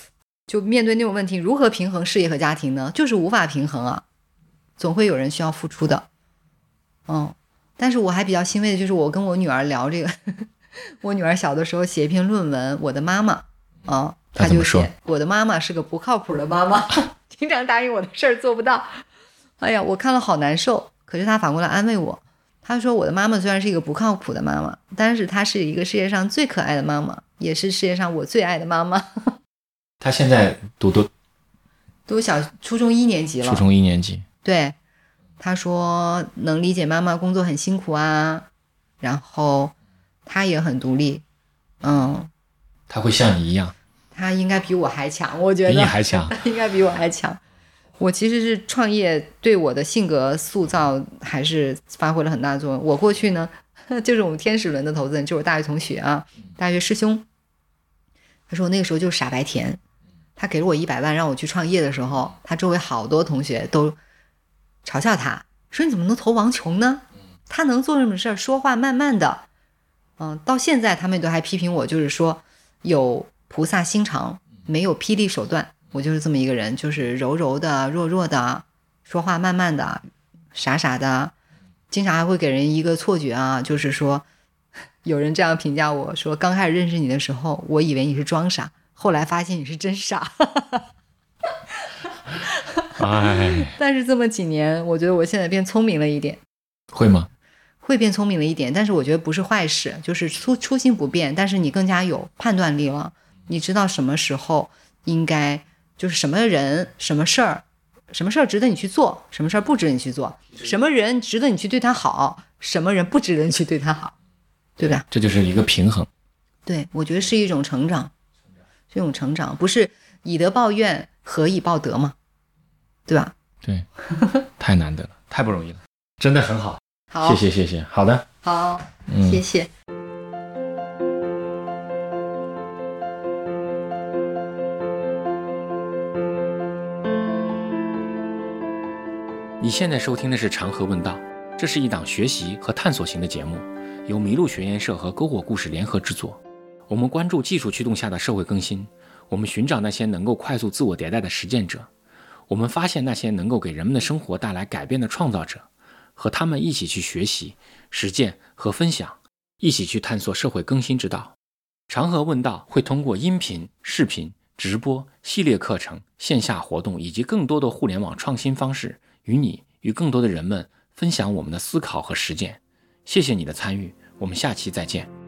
就面对那种问题，如何平衡事业和家庭呢？就是无法平衡啊，总会有人需要付出的。但是我还比较欣慰的就是我跟我女儿聊这个我女儿小的时候写一篇论文，我的妈妈她就写我的妈妈是个不靠谱的妈妈经常答应我的事儿做不到。哎呀，我看了好难受。可是她反过来安慰我，她说我的妈妈虽然是一个不靠谱的妈妈，但是她是一个世界上最可爱的妈妈，也是世界上我最爱的妈妈。 她现在读初中1年级了。 初中1年级。 对，她说能理解妈妈工作很辛苦啊，然后她也很独立。 她会像你一样？ 她应该比我还强，我觉得比你还强。 应该比我还强。我其实是创业对我的性格塑造还是发挥了很大作用。我过去呢就是我们天使轮的投资人，就是我大学同学啊，大学师兄。他说我那个时候就是傻白甜，他给了我100万让我去创业的时候，他周围好多同学都嘲笑他，说你怎么能投王琼呢？他能做这么事儿，说话慢慢的。到现在他们都还批评我，就是说有菩萨心肠，没有霹雳手段。我就是这么一个人，就是柔柔的、弱弱的，说话慢慢的，傻傻的，经常还会给人一个错觉啊，就是说有人这样评价我说，刚开始认识你的时候，我以为你是装傻，后来发现你是真傻。但是这么几年，我觉得我现在变聪明了一点。 会吗？ 会变聪明了一点，但是我觉得不是坏事，就是初心不变，但是你更加有判断力了，你知道什么时候应该就是什么人什么事儿值得你去做，什么事儿不值得你去做，什么人值得你去对他好，什么人不值得你去对他好，对吧？ 这就是一个平衡。 对，我觉得是一种成长，这种成长不是以德报怨，何以报德嘛，对吧？ 对，太难得了，太不容易了，真的很好。 好， 谢谢。好的， 好，谢谢。 你现在收听的是长河问道，这是一档学习和探索型的节目，由麋鹿学研社和篝火故事联合制作。我们关注技术驱动下的社会更新，我们寻找那些能够快速自我迭代的实践者，我们发现那些能够给人们的生活带来改变的创造者，和他们一起去学习、实践和分享，一起去探索社会更新之道。长河问道会通过音频、视频、直播、系列课程、线下活动以及更多的互联网创新方式，与更多的人们分享我们的思考和实践。谢谢你的参与，我们下期再见。